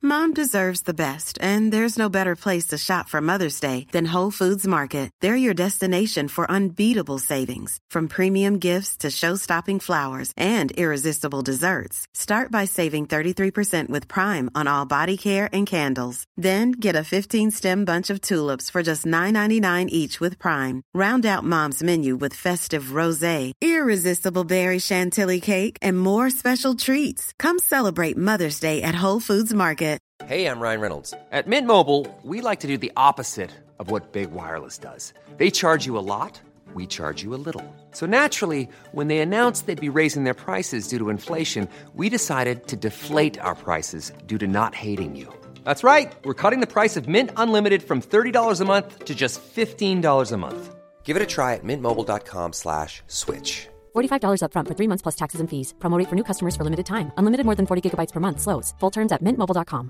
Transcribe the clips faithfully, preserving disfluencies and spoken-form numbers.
Mom deserves the best, and there's no better place to shop for Mother's Day than Whole Foods Market. They're your destination for unbeatable savings, from premium gifts to show-stopping flowers and irresistible desserts. Start by saving thirty-three percent with Prime on all body care and candles. Then get a fifteen-stem bunch of tulips for just nine ninety-nine each with Prime. Round out Mom's menu with festive rosé, irresistible berry chantilly cake, and more special treats. Come celebrate Mother's Day at Whole Foods Market. Hey, I'm Ryan Reynolds. At Mint Mobile, we like to do the opposite of what Big Wireless does. They charge you a lot, we charge you a little. So naturally, when they announced they'd be raising their prices due to inflation, we decided to deflate our prices due to not hating you. That's right. We're cutting the price of Mint Unlimited from thirty dollars a month to just fifteen dollars a month. Give it a try at mintmobile.com slash switch. forty-five dollars up front for three months plus taxes and fees. Promo rate for new customers for limited time. Unlimited more than forty gigabytes per month. Slows full terms at mint mobile dot com.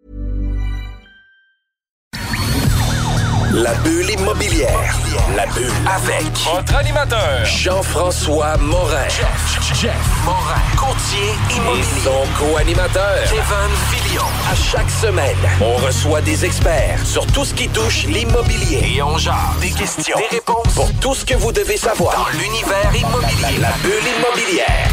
La bulle immobilière. La bulle avec votre animateur Jean-François Morin. Jeff, Jeff Morin. Courtier immobilier. Et son co-animateur Kevin Filion. À chaque semaine, on reçoit des experts sur tout ce qui touche l'immobilier. Et on jase des questions, des réponses pour tout ce que vous devez savoir dans l'univers immobilier. La, la bulle immobilière.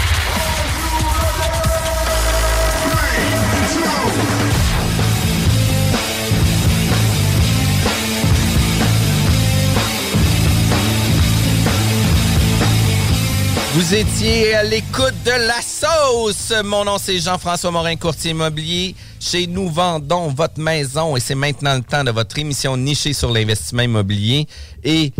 Vous étiez à l'écoute de La Sauce. Mon nom, c'est Jean-François Morin, courtier immobilier. Chez Nous Vendons votre maison et c'est maintenant le temps de votre émission nichée sur l'investissement immobilier et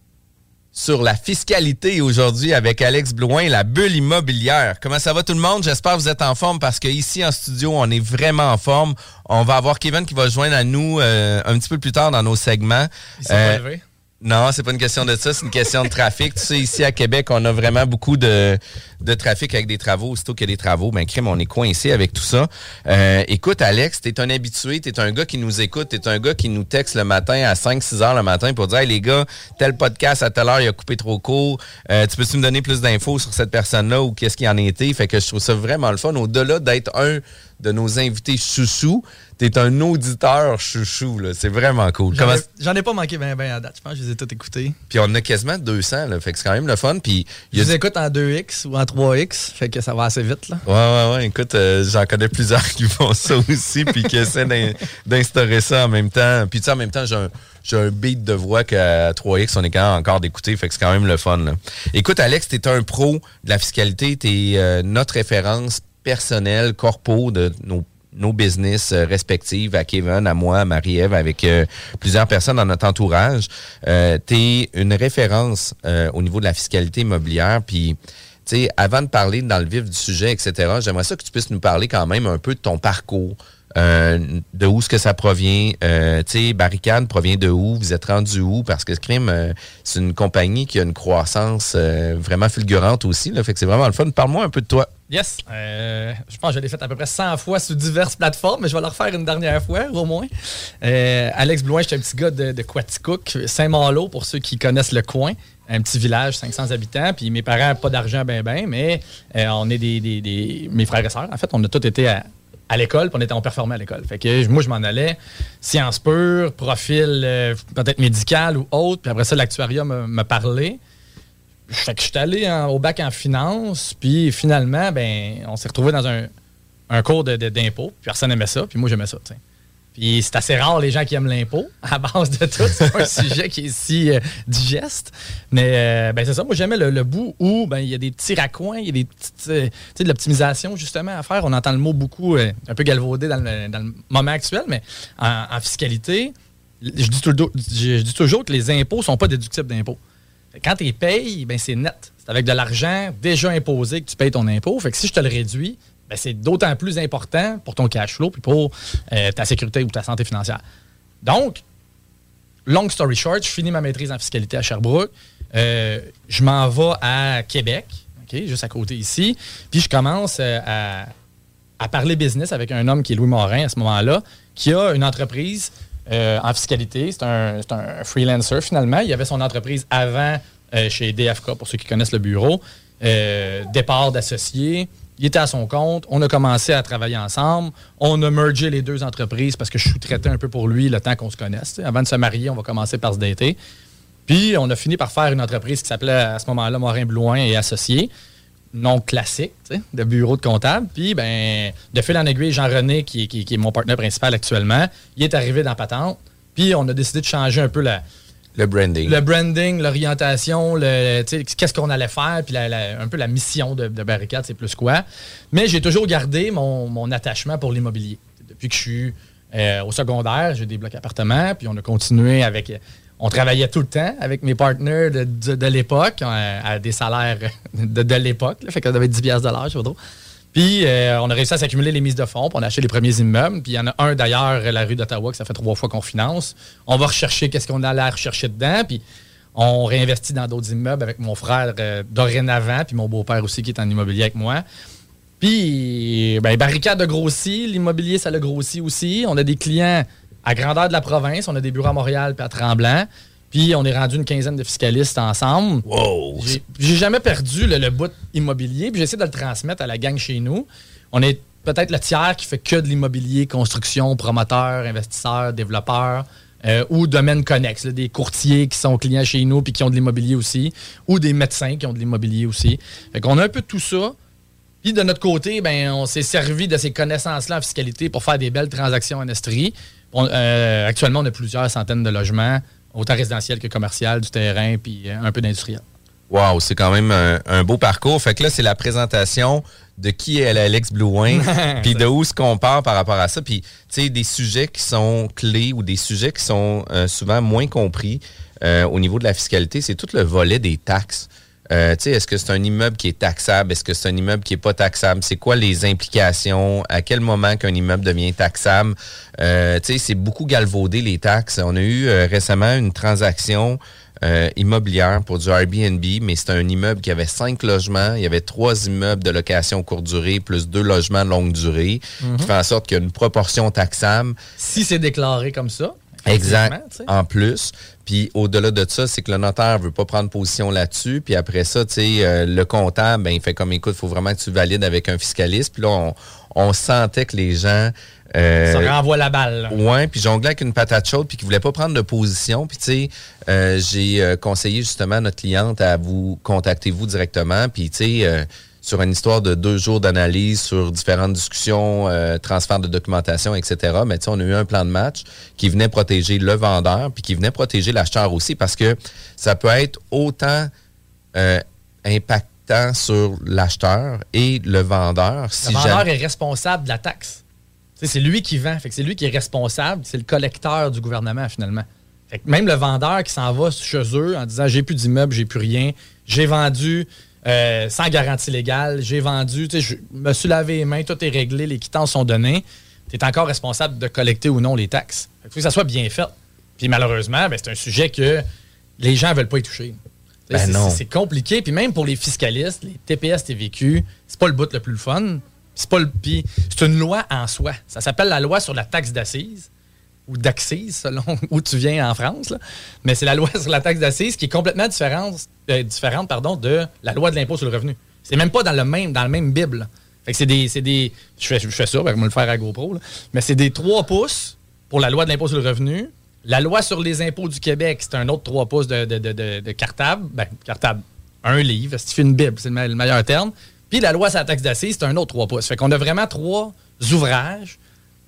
sur la fiscalité aujourd'hui avec Alex Blouin, la bulle immobilière. Comment ça va tout le monde? J'espère que vous êtes en forme parce qu'ici en studio, on est vraiment en forme. On va avoir Kevin qui va joindre à nous euh, un petit peu plus tard dans nos segments. Ils sont euh, pas levés. Non, c'est pas une question de ça, c'est une question de trafic. Tu sais, ici à Québec, on a vraiment beaucoup de, de trafic avec des travaux. Aussitôt qu'il y a des travaux, ben crème, on est coincé avec tout ça. Euh, écoute, Alex, t'es un habitué, t'es un gars qui nous écoute, t'es un gars qui nous texte le matin à cinq six heures le matin pour dire « Hey les gars, tel podcast à telle heure, il a coupé trop court. Euh, tu peux-tu me donner plus d'infos sur cette personne-là ou qu'est-ce qu'il en a été? » Fait que je trouve ça vraiment le fun. Au-delà d'être un de nos invités chouchous, t'es un auditeur chouchou, là. C'est vraiment cool. J'en, Comment... ai, j'en ai pas manqué ben ben à date. Je pense que je les ai tous écoutés. Puis on a quasiment deux cents, là. Fait que c'est quand même le fun. Puis je les écoute en deux X ou en trois X. Fait que ça va assez vite, là. Ouais, ouais, ouais. Écoute, euh, j'en connais plusieurs qui font ça aussi puis qui essaient d'in- d'instaurer ça en même temps. Puis tu sais, en même temps, j'ai un... J'ai un beat de voix qu'à trois X, on est quand même encore d'écouter, fait que c'est quand même le fun, là. Écoute, Alex, t'es un pro de la fiscalité, t'es euh, notre référence personnelle, corpo de nos nos business euh, respectives, à Kevin, à moi, à Marie-Ève, avec euh, plusieurs personnes dans notre entourage. Euh, t'es une référence euh, au niveau de la fiscalité immobilière, puis tu sais, avant de parler dans le vif du sujet, et cetera, j'aimerais ça que tu puisses nous parler quand même un peu de ton parcours. Euh, de où est-ce que ça provient? Euh, tu sais, Barricade provient de où? Vous êtes rendu où? Parce que Crime, euh, c'est une compagnie qui a une croissance euh, vraiment fulgurante aussi. Là, fait que c'est vraiment le fun. Parle-moi un peu de toi. Yes. Euh, je pense que je l'ai fait à peu près cent fois sur diverses plateformes, mais je vais le refaire une dernière fois, au moins. Euh, Alex Blouin, je suis un petit gars de, de Quaticook, Saint-Malo, pour ceux qui connaissent le coin. Un petit village, cinq cents habitants. Puis mes parents, pas d'argent, ben ben, mais euh, on est des, des, des... Mes frères et sœurs, en fait, on a tous été à... à l'école, puis on était on performait à l'école. Fait que moi, je m'en allais, sciences pures, profil euh, peut-être médical ou autre, puis après ça, l'actuariat me, me parlait. Fait que je suis allé en, au bac en finance, puis finalement, ben, on s'est retrouvé dans un, un cours de, de, d'impôt, puis personne n'aimait ça, puis moi, j'aimais ça, t'sais. Puis c'est assez rare les gens qui aiment l'impôt, à base de tout. C'est pas un sujet qui est si euh, digeste. Mais euh, ben c'est ça, moi j'aimais le, le bout où ben il y a des petits raccoins, il y a des petites, euh, tu sais, de l'optimisation justement à faire. On entend le mot beaucoup, euh, un peu galvaudé dans le, dans le moment actuel, mais en, en fiscalité, je dis, tout, je dis toujours que les impôts sont pas déductibles d'impôts. Quand tu les payes, ben c'est net. C'est avec de l'argent déjà imposé que tu payes ton impôt. Fait que si je te le réduis, ben c'est d'autant plus important pour ton cash flow puis pour euh, ta sécurité ou ta santé financière. Donc, long story short, je finis ma maîtrise en fiscalité à Sherbrooke. Euh, je m'en vais à Québec, okay, juste à côté ici. Puis je commence euh, à, à parler business avec un homme qui est Louis Morin à ce moment-là, qui a une entreprise euh, en fiscalité. C'est un, c'est un freelancer finalement. Il avait son entreprise avant euh, chez D F K, pour ceux qui connaissent le bureau. Euh, départ d'associé. Il était à son compte. On a commencé à travailler ensemble. On a mergé les deux entreprises parce que je sous-traitais un peu pour lui le temps qu'on se connaisse. T'sais. Avant de se marier, on va commencer par se dater. Puis, on a fini par faire une entreprise qui s'appelait à ce moment-là Morin-Blouin et Associés. Nom classique, de bureau de comptable. Puis, ben, de fil en aiguille, Jean-René, qui, qui, qui est mon partenaire principal actuellement, il est arrivé dans Patente. Puis, on a décidé de changer un peu la... Le branding. Le branding, l'orientation, le, qu'est-ce qu'on allait faire, puis la, la, un peu la mission de, de Barricade, c'est plus quoi. Mais j'ai toujours gardé mon, mon attachement pour l'immobilier. Depuis que je suis euh, au secondaire, j'ai des blocs appartements, puis on a continué avec... On travaillait tout le temps avec mes partenaires de, de, de l'époque, à, à des salaires de, de l'époque. Là, fait qu'on avait dix piastres de l'heure, je sais pas trop. Puis, euh, on a réussi à s'accumuler les mises de fonds, puis on a acheté les premiers immeubles. Puis, il y en a un, d'ailleurs, la rue d'Ottawa, que ça fait trois fois qu'on finance. On va rechercher qu'est-ce qu'on a à rechercher dedans. Puis, on réinvestit dans d'autres immeubles avec mon frère euh, dorénavant, puis mon beau-père aussi, qui est en immobilier avec moi. Puis, ben, Barricade a grossi. L'immobilier, ça l'a grossi aussi. On a des clients à grandeur de la province. On a des bureaux à Montréal puis à Tremblant. Puis, on est rendu une quinzaine de fiscalistes ensemble. Wow! J'ai, j'ai jamais perdu le, le bout immobilier, puis j'essaie de le transmettre à la gang chez nous. On est peut-être le tiers qui fait que de l'immobilier, construction, promoteur, investisseur, développeur, euh, ou domaine connexe, là, des courtiers qui sont clients chez nous puis qui ont de l'immobilier aussi, ou des médecins qui ont de l'immobilier aussi. Fait qu'on a un peu de tout ça. Puis de notre côté, ben, on s'est servi de ces connaissances-là en fiscalité pour faire des belles transactions en Estrie. On, euh, actuellement, on a plusieurs centaines de logements, autant résidentiel que commercial, du terrain, puis un peu d'industriel. Wow, c'est quand même un, un beau parcours. Fait que là, c'est la présentation de qui est Alex Blouin, puis de où se compare par rapport à ça. Puis, tu sais, des sujets qui sont clés ou des sujets qui sont euh, souvent moins compris euh, au niveau de la fiscalité, c'est tout le volet des taxes. Euh, tu sais, est-ce que c'est un immeuble qui est taxable? Est-ce que c'est un immeuble qui n'est pas taxable? C'est quoi les implications? À quel moment qu'un immeuble devient taxable? Euh, tu sais, c'est beaucoup galvaudé, les taxes. On a eu euh, récemment une transaction euh, immobilière pour du Airbnb, mais c'était un immeuble qui avait cinq logements. Il y avait trois immeubles de location courte durée plus deux logements longue durée, mm-hmm. qui fait en sorte qu'il y a une proportion taxable. Si c'est déclaré comme ça. Exact. En plus. Puis au-delà de ça, c'est que le notaire veut pas prendre position là-dessus. Puis après ça, tu sais, euh, le comptable, ben, il fait comme, écoute, il faut vraiment que tu valides avec un fiscaliste. Puis là, on, on sentait que les gens... Euh, ça renvoie la balle. Oui, puis jonglaient avec une patate chaude, puis qu'ils voulaient pas prendre de position. Puis tu sais, euh, j'ai euh, conseillé justement à notre cliente à vous contacter vous directement. Puis tu sais... Euh, sur une histoire de deux jours d'analyse, sur différentes discussions, euh, transfert de documentation, et cetera. Mais tu sais, on a eu un plan de match qui venait protéger le vendeur puis qui venait protéger l'acheteur aussi parce que ça peut être autant euh, impactant sur l'acheteur et le vendeur. Si le vendeur jamais... est responsable de la taxe. Tu sais, c'est lui qui vend. Fait que c'est lui qui est responsable. C'est le collecteur du gouvernement, finalement. Fait que même le vendeur qui s'en va chez eux en disant « j'ai plus d'immeuble, j'ai plus rien, j'ai vendu... » Euh, sans garantie légale, j'ai vendu, je me suis lavé les mains, tout est réglé, les quittances sont données. Tu es encore responsable de collecter ou non les taxes. Il faut que ça soit bien fait. Puis malheureusement, ben, c'est un sujet que les gens ne veulent pas y toucher. Ben c'est, non. C'est, c'est compliqué. Puis même pour les fiscalistes, les T P S T V Q, c'est pas le bout le plus fun. C'est pas le, puis c'est une loi en soi. Ça s'appelle la loi sur la taxe d'assises. Ou d'accise, selon où tu viens en France. Là. Mais c'est la loi sur la taxe d'accise qui est complètement différente, euh, différente pardon, de la loi de l'impôt sur le revenu. C'est même pas dans le même, dans le même Bible. Là. Fait que c'est des. C'est des je, fais, je fais ça, on va me le faire à GoPro. Là. Mais c'est des trois pouces pour la loi de l'impôt sur le revenu. La loi sur les impôts du Québec, c'est un autre trois pouces de, de, de, de, de cartable. Ben, cartable, un livre, c'est une Bible, c'est le, le meilleur terme. Puis la loi sur la taxe d'accise, c'est un autre trois pouces. Fait qu'on a vraiment trois ouvrages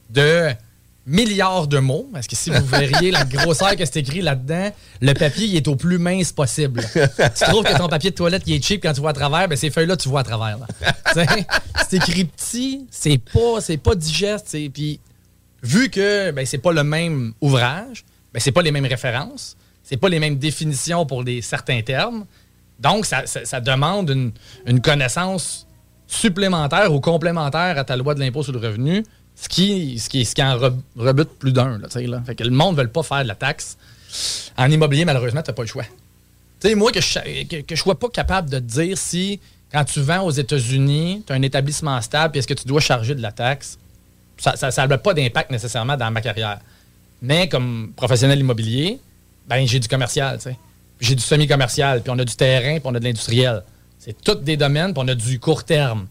de milliards de mots, parce que si vous verriez la grosseur que c'est écrit là-dedans, le papier il est au plus mince possible. Tu trouves que ton papier de toilette il est cheap quand tu vois à travers, ben ces feuilles-là, tu vois à travers. C'est écrit petit, c'est pas, c'est pas digeste. Puis vu que ben, c'est pas le même ouvrage, ben, c'est pas les mêmes références, c'est pas les mêmes définitions pour des, certains termes, donc ça, ça, ça demande une, une connaissance supplémentaire ou complémentaire à ta loi de l'impôt sur le revenu. Ce qui, ce, qui, ce qui en rebute plus d'un. Là, là. Fait que le monde ne veut pas faire de la taxe. En immobilier, malheureusement, tu n'as pas le choix. Tu sais, moi, que je ne que, que je sois pas capable de te dire si, quand tu vends aux États-Unis, tu as un établissement stable, puis est-ce que tu dois charger de la taxe, ça n'a pas d'impact nécessairement dans ma carrière. Mais comme professionnel immobilier, ben j'ai du commercial, tu sais. J'ai du semi-commercial, puis on a du terrain, puis on a de l'industriel. C'est tous des domaines, puis on a du court terme.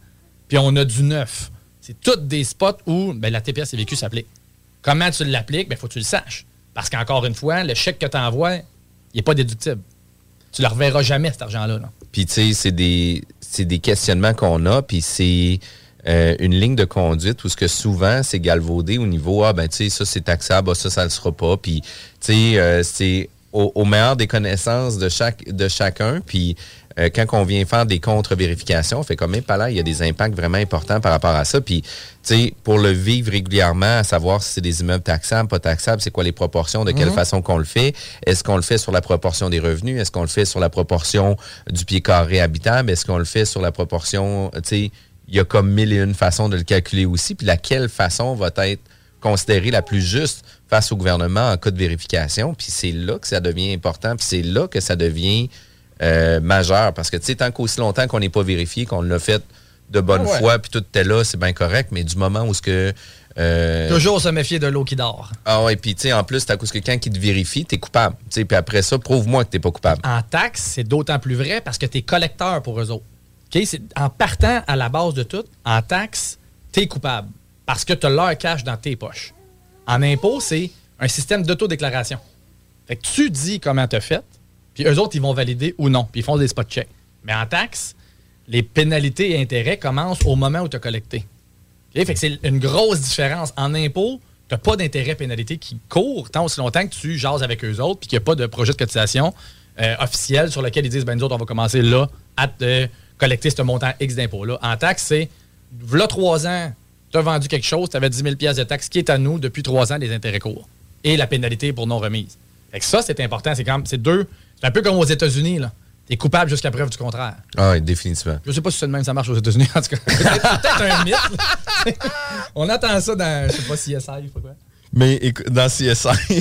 puis on a du neuf. C'est tous des spots où ben, la T P S C V Q s'applique. Comment tu l'appliques? Il faut que tu le saches. Parce qu'encore une fois, le chèque que tu envoies, il n'est pas déductible. Tu ne le reverras jamais, cet argent-là. Là. Puis, tu sais, c'est des, c'est des questionnements qu'on a, puis c'est euh, une ligne de conduite où ce que souvent, c'est galvaudé au niveau, ah, ben, tu sais, ça, c'est taxable, ah, ça, ça ne le sera pas. Puis, tu sais, euh, c'est au, au meilleur des connaissances de, chaque, de chacun. Puis, euh, quand on vient faire des contre-vérifications, on fait comme, pas là, il y a des impacts vraiment importants par rapport à ça. Puis, tu sais, pour le vivre régulièrement, à savoir si c'est des immeubles taxables, pas taxables, c'est quoi les proportions, de quelle mm-hmm. façon qu'on le fait. Est-ce qu'on le fait sur la proportion des revenus? Est-ce qu'on le fait sur la proportion du pied carré habitable? Est-ce qu'on le fait sur la proportion, tu sais, il y a comme mille et une façons de le calculer aussi. Puis, laquelle façon va être considérée la plus juste face au gouvernement en cas de vérification? Puis, c'est là que ça devient important. Puis, c'est là que ça devient euh, majeur. Parce que, tu sais, tant qu'aussi longtemps qu'on n'est pas vérifié, qu'on l'a fait de bonne ah ouais. foi, puis tout était là, c'est bien correct, mais du moment où ce que... Euh... Toujours se méfier de l'eau qui dort. Ah ouais, puis tu sais, en plus, c'est à cause que quelqu'un qui te vérifie, t'es coupable. Tu sais, puis après ça, prouve-moi que t'es pas coupable. En taxe, c'est d'autant plus vrai parce que t'es collecteur pour eux autres. Okay? C'est, en partant à la base de tout, en taxe, t'es coupable parce que t'as leur cash dans tes poches. En impôt, c'est un système d'autodéclaration. Fait que tu dis comment t'as fait, puis eux autres, ils vont valider ou non, puis ils font des spot checks. Mais en taxe, les pénalités et intérêts commencent au moment où tu as collecté. Okay? Fait que c'est une grosse différence. En impôt, tu n'as pas d'intérêt pénalité qui court tant aussi longtemps que tu jases avec eux autres puis qu'il n'y a pas de projet de cotisation euh, officiel sur lequel ils disent, ben nous autres, on va commencer là à te collecter ce montant X d'impôt-là. En taxe, c'est, là, trois ans, tu as vendu quelque chose, tu avais dix mille piastres de taxe qui est à nous depuis trois ans des intérêts courts. Et la pénalité pour non-remise. Fait que ça, c'est important. C'est quand même, c'est deux, c'est un peu comme aux États-Unis, là. T'es coupable jusqu'à preuve du contraire. Ah oui, définitivement. Je sais pas si c'est de même ça marche aux États-Unis, en tout cas. C'est peut-être un mythe. On attend ça dans, je sais pas, C S I, ou quoi. Mais écoute, dans C S I.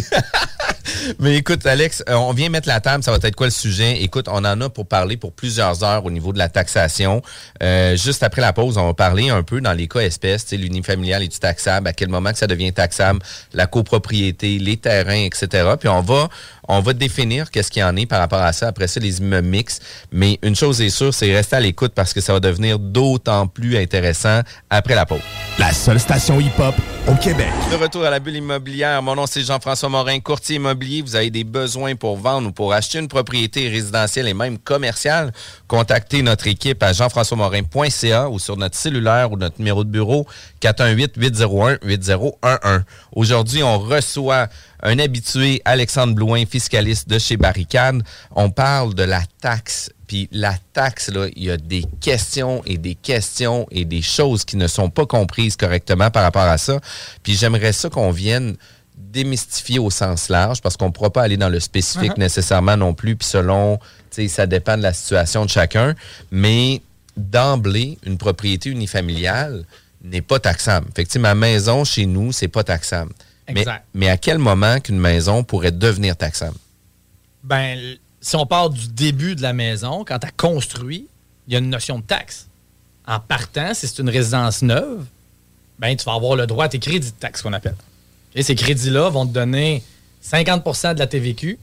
Mais écoute, Alex, on vient mettre la table. Ça va être quoi le sujet? Écoute, on en a pour parler pour plusieurs heures au niveau de la taxation. Euh, juste après la pause, on va parler un peu dans les cas espèces, tu sais, l'unifamilial est-tu taxable? À quel moment que ça devient taxable? La copropriété, les terrains, et cetera. Puis on va, on va définir qu'est-ce qu'il y en est par rapport à ça. Après ça, les immeubles mixtes. Mais une chose est sûre, c'est rester à l'écoute parce que ça va devenir d'autant plus intéressant après la pause. La seule station hip-hop au Québec. De retour à la bulle immobilière. Mon nom, c'est Jean-François Morin, courtier immobilier. Vous avez des besoins pour vendre ou pour acheter une propriété résidentielle et même commerciale, contactez notre équipe à jean françois morin point c a ou sur notre cellulaire ou notre numéro de bureau quatre un huit, huit zéro un, huit zéro un un. Aujourd'hui, on reçoit un habitué, Alexandre Blouin, fiscaliste de chez Barricade. On parle de la taxe. Puis la taxe, là, il y a des questions et des questions et des choses qui ne sont pas comprises correctement par rapport à ça. Puis j'aimerais ça qu'on vienne démystifier au sens large parce qu'on ne pourra pas aller dans le spécifique uh-huh. nécessairement non plus. Puis selon, tu sais, ça dépend de la situation de chacun. Mais d'emblée, une propriété unifamiliale n'est pas taxable. Fait que, tu sais, ma maison chez nous, c'est pas taxable. Exact. Mais, mais à quel moment qu'une maison pourrait devenir taxable? Ben, si on part du début de la maison, quand tu as construit, il y a une notion de taxe. En partant, si c'est une résidence neuve, ben, tu vas avoir le droit à tes crédits de taxe, qu'on appelle. Et ces crédits-là vont te donner cinquante pour cent de la T V Q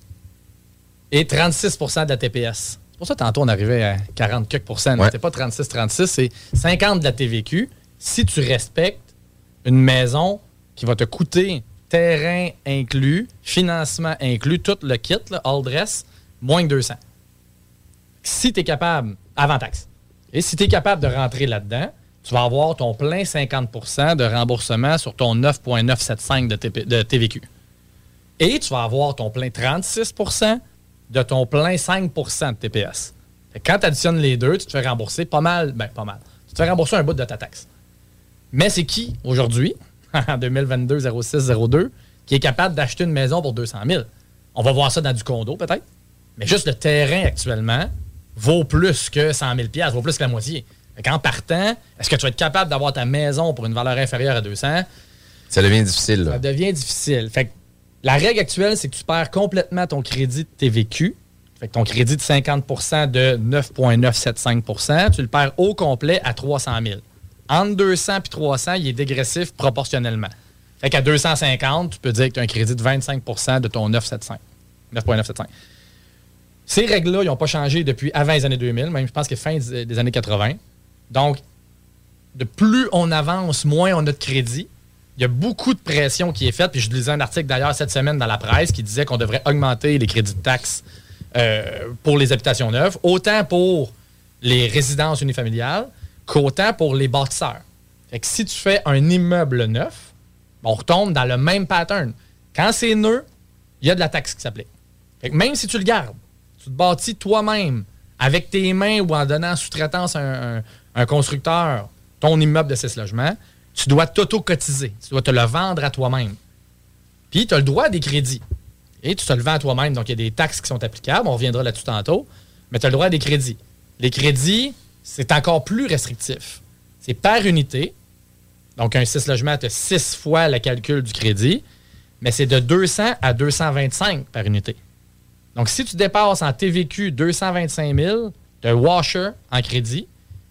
et trente-six pour cent de la T P S. C'est pour ça que tantôt, on arrivait à quarante quelques pourcents. Ouais. C'était pas trente-six trente-six, c'est cinquante de la T V Q si tu respectes une maison qui va te coûter terrain inclus, financement inclus, tout le kit, là, all dress, moins que deux cents. Si tu es capable, avant taxe, et si tu es capable de rentrer là-dedans, tu vas avoir ton plein cinquante pour cent de remboursement sur ton neuf virgule neuf sept cinq de, T P, de T V Q. Et tu vas avoir ton plein trente-six pour cent de ton plein cinq pour cent de T P S. Fait que quand tu additionnes les deux, tu te fais rembourser pas mal, ben pas mal. Tu te fais rembourser un bout de ta taxe. Mais c'est qui, aujourd'hui, en deux mille vingt-deux zéro six zéro deux, qui est capable d'acheter une maison pour deux cent mille? On va voir ça dans du condo, peut-être. Mais juste le terrain, actuellement, vaut plus que cent mille dollars, vaut plus que la moitié. Fait qu'en partant, est-ce que tu vas être capable d'avoir ta maison pour une valeur inférieure à deux cents? Ça devient difficile, là. Ça devient difficile. Fait que la règle actuelle, c'est que tu perds complètement ton crédit de T V Q. Fait que ton crédit de cinquante pour cent de neuf virgule neuf sept cinq pour cent, tu le perds au complet à trois cent mille. Entre deux cents et trois cents, il est dégressif proportionnellement. Fait qu'à deux cent cinquante, tu peux dire que tu as un crédit de vingt-cinq pour cent de ton neuf virgule neuf sept cinq. Ces règles-là, ils n'ont pas changé depuis avant les années deux mille, même je pense que fin des années quatre-vingts. Donc, de plus on avance, moins on a de crédit. Il y a beaucoup de pression qui est faite. Puis je lisais un article d'ailleurs cette semaine dans la presse qui disait qu'on devrait augmenter les crédits de taxes euh, pour les habitations neuves, autant pour les résidences unifamiliales qu'autant pour les bâtisseurs. Fait que si tu fais un immeuble neuf, on retombe dans le même pattern. Quand c'est neuf, il y a de la taxe qui s'applique. Fait que même si tu le gardes, tu te bâtis toi-même avec tes mains ou en donnant en sous-traitance à un, un, un constructeur ton immeuble de six logements, tu dois t'auto-cotiser. Tu dois te le vendre à toi-même. Puis, tu as le droit à des crédits. Et tu te le vends à toi-même. Donc, il y a des taxes qui sont applicables. On reviendra là-dessus tantôt. Mais tu as le droit à des crédits. Les crédits, c'est encore plus restrictif. C'est par unité. Donc, un six logements, tu as six fois le calcul du crédit. Mais c'est de deux cents à deux cent vingt-cinq par unité. Donc, si tu dépasses en T V Q deux cent vingt-cinq mille, tu as un washer en crédit.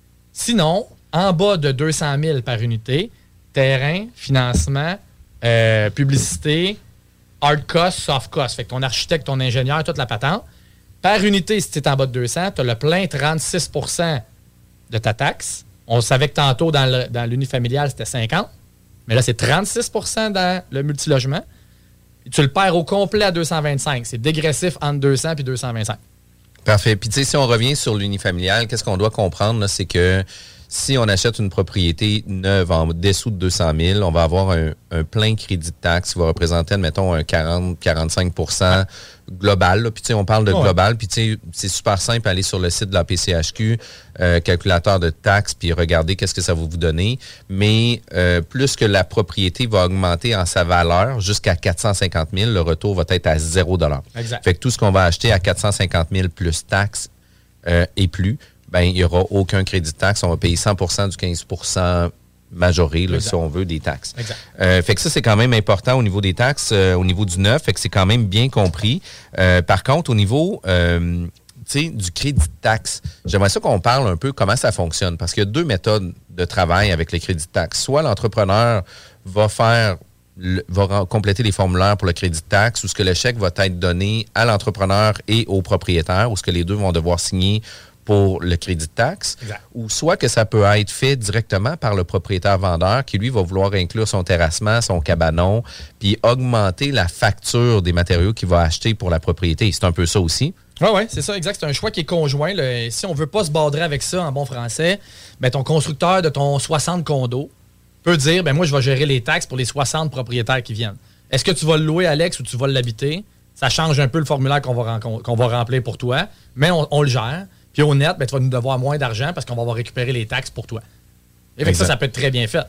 Sinon, en bas de deux cent mille par unité, terrain, financement, euh, publicité, hard cost, soft cost. Fait que ton architecte, ton ingénieur, toute la patente. Par unité, si tu es en bas de deux cents, tu as le plein trente-six pour cent de ta taxe. On savait que tantôt, dans, le, dans l'unifamilial, c'était cinquante. Mais là, c'est trente-six pour cent dans le multilogement. Et tu le perds au complet à deux cent vingt-cinq. C'est dégressif entre deux cents et deux cent vingt-cinq. Parfait. Puis, tu sais, si on revient sur l'unifamilial, qu'est-ce qu'on doit comprendre, là, c'est que si on achète une propriété neuve en dessous de deux cent mille, on va avoir un, un plein crédit de taxe qui va représenter, admettons, un quarante à quarante-cinq pour cent global. Là. Puis, tu sais, on parle de ouais. global. Puis, tu sais, c'est super simple, aller sur le site de la P C H Q, euh, calculateur de taxes, puis regarder qu'est-ce que ça va vous donner. Mais euh, plus que la propriété va augmenter en sa valeur jusqu'à quatre cent cinquante mille, le retour va être à zéro dollar. Exact. Fait que tout ce qu'on va acheter à quatre cent cinquante mille plus taxes euh, et plus, ben, il n'y aura aucun crédit de taxe. On va payer cent pour cent du quinze pour cent majoré, là, si on veut, des taxes. Exact. Euh, fait que ça, c'est quand même important au niveau des taxes, euh, au niveau du neuf. Fait que c'est quand même bien compris. Euh, par contre, au niveau euh, du crédit de taxe, j'aimerais ça qu'on parle un peu comment ça fonctionne. Parce qu'il y a deux méthodes de travail avec le crédit de taxe. Soit l'entrepreneur va faire Le, va compléter les formulaires pour le crédit de taxe, où ce que le chèque va être donné à l'entrepreneur et au propriétaire, où ce que les deux vont devoir signer pour le crédit de taxe, exact. Ou soit que ça peut être fait directement par le propriétaire-vendeur qui, lui, va vouloir inclure son terrassement, son cabanon, puis augmenter la facture des matériaux qu'il va acheter pour la propriété. C'est un peu ça aussi. Oui, oui, c'est ça, exact. C'est un choix qui est conjoint. Là. Si on ne veut pas se badrer avec ça en bon français, ben, ton constructeur de ton soixante condos peut dire, ben moi, je vais gérer les taxes pour les soixante propriétaires qui viennent. Est-ce que tu vas le louer, Alex, ou tu vas l'habiter? Ça change un peu le formulaire qu'on va, qu'on va remplir pour toi, mais on, on le gère. Puis au net, ben, tu vas nous devoir moins d'argent parce qu'on va avoir récupéré les taxes pour toi. Et fait que ça, ça peut être très bien fait.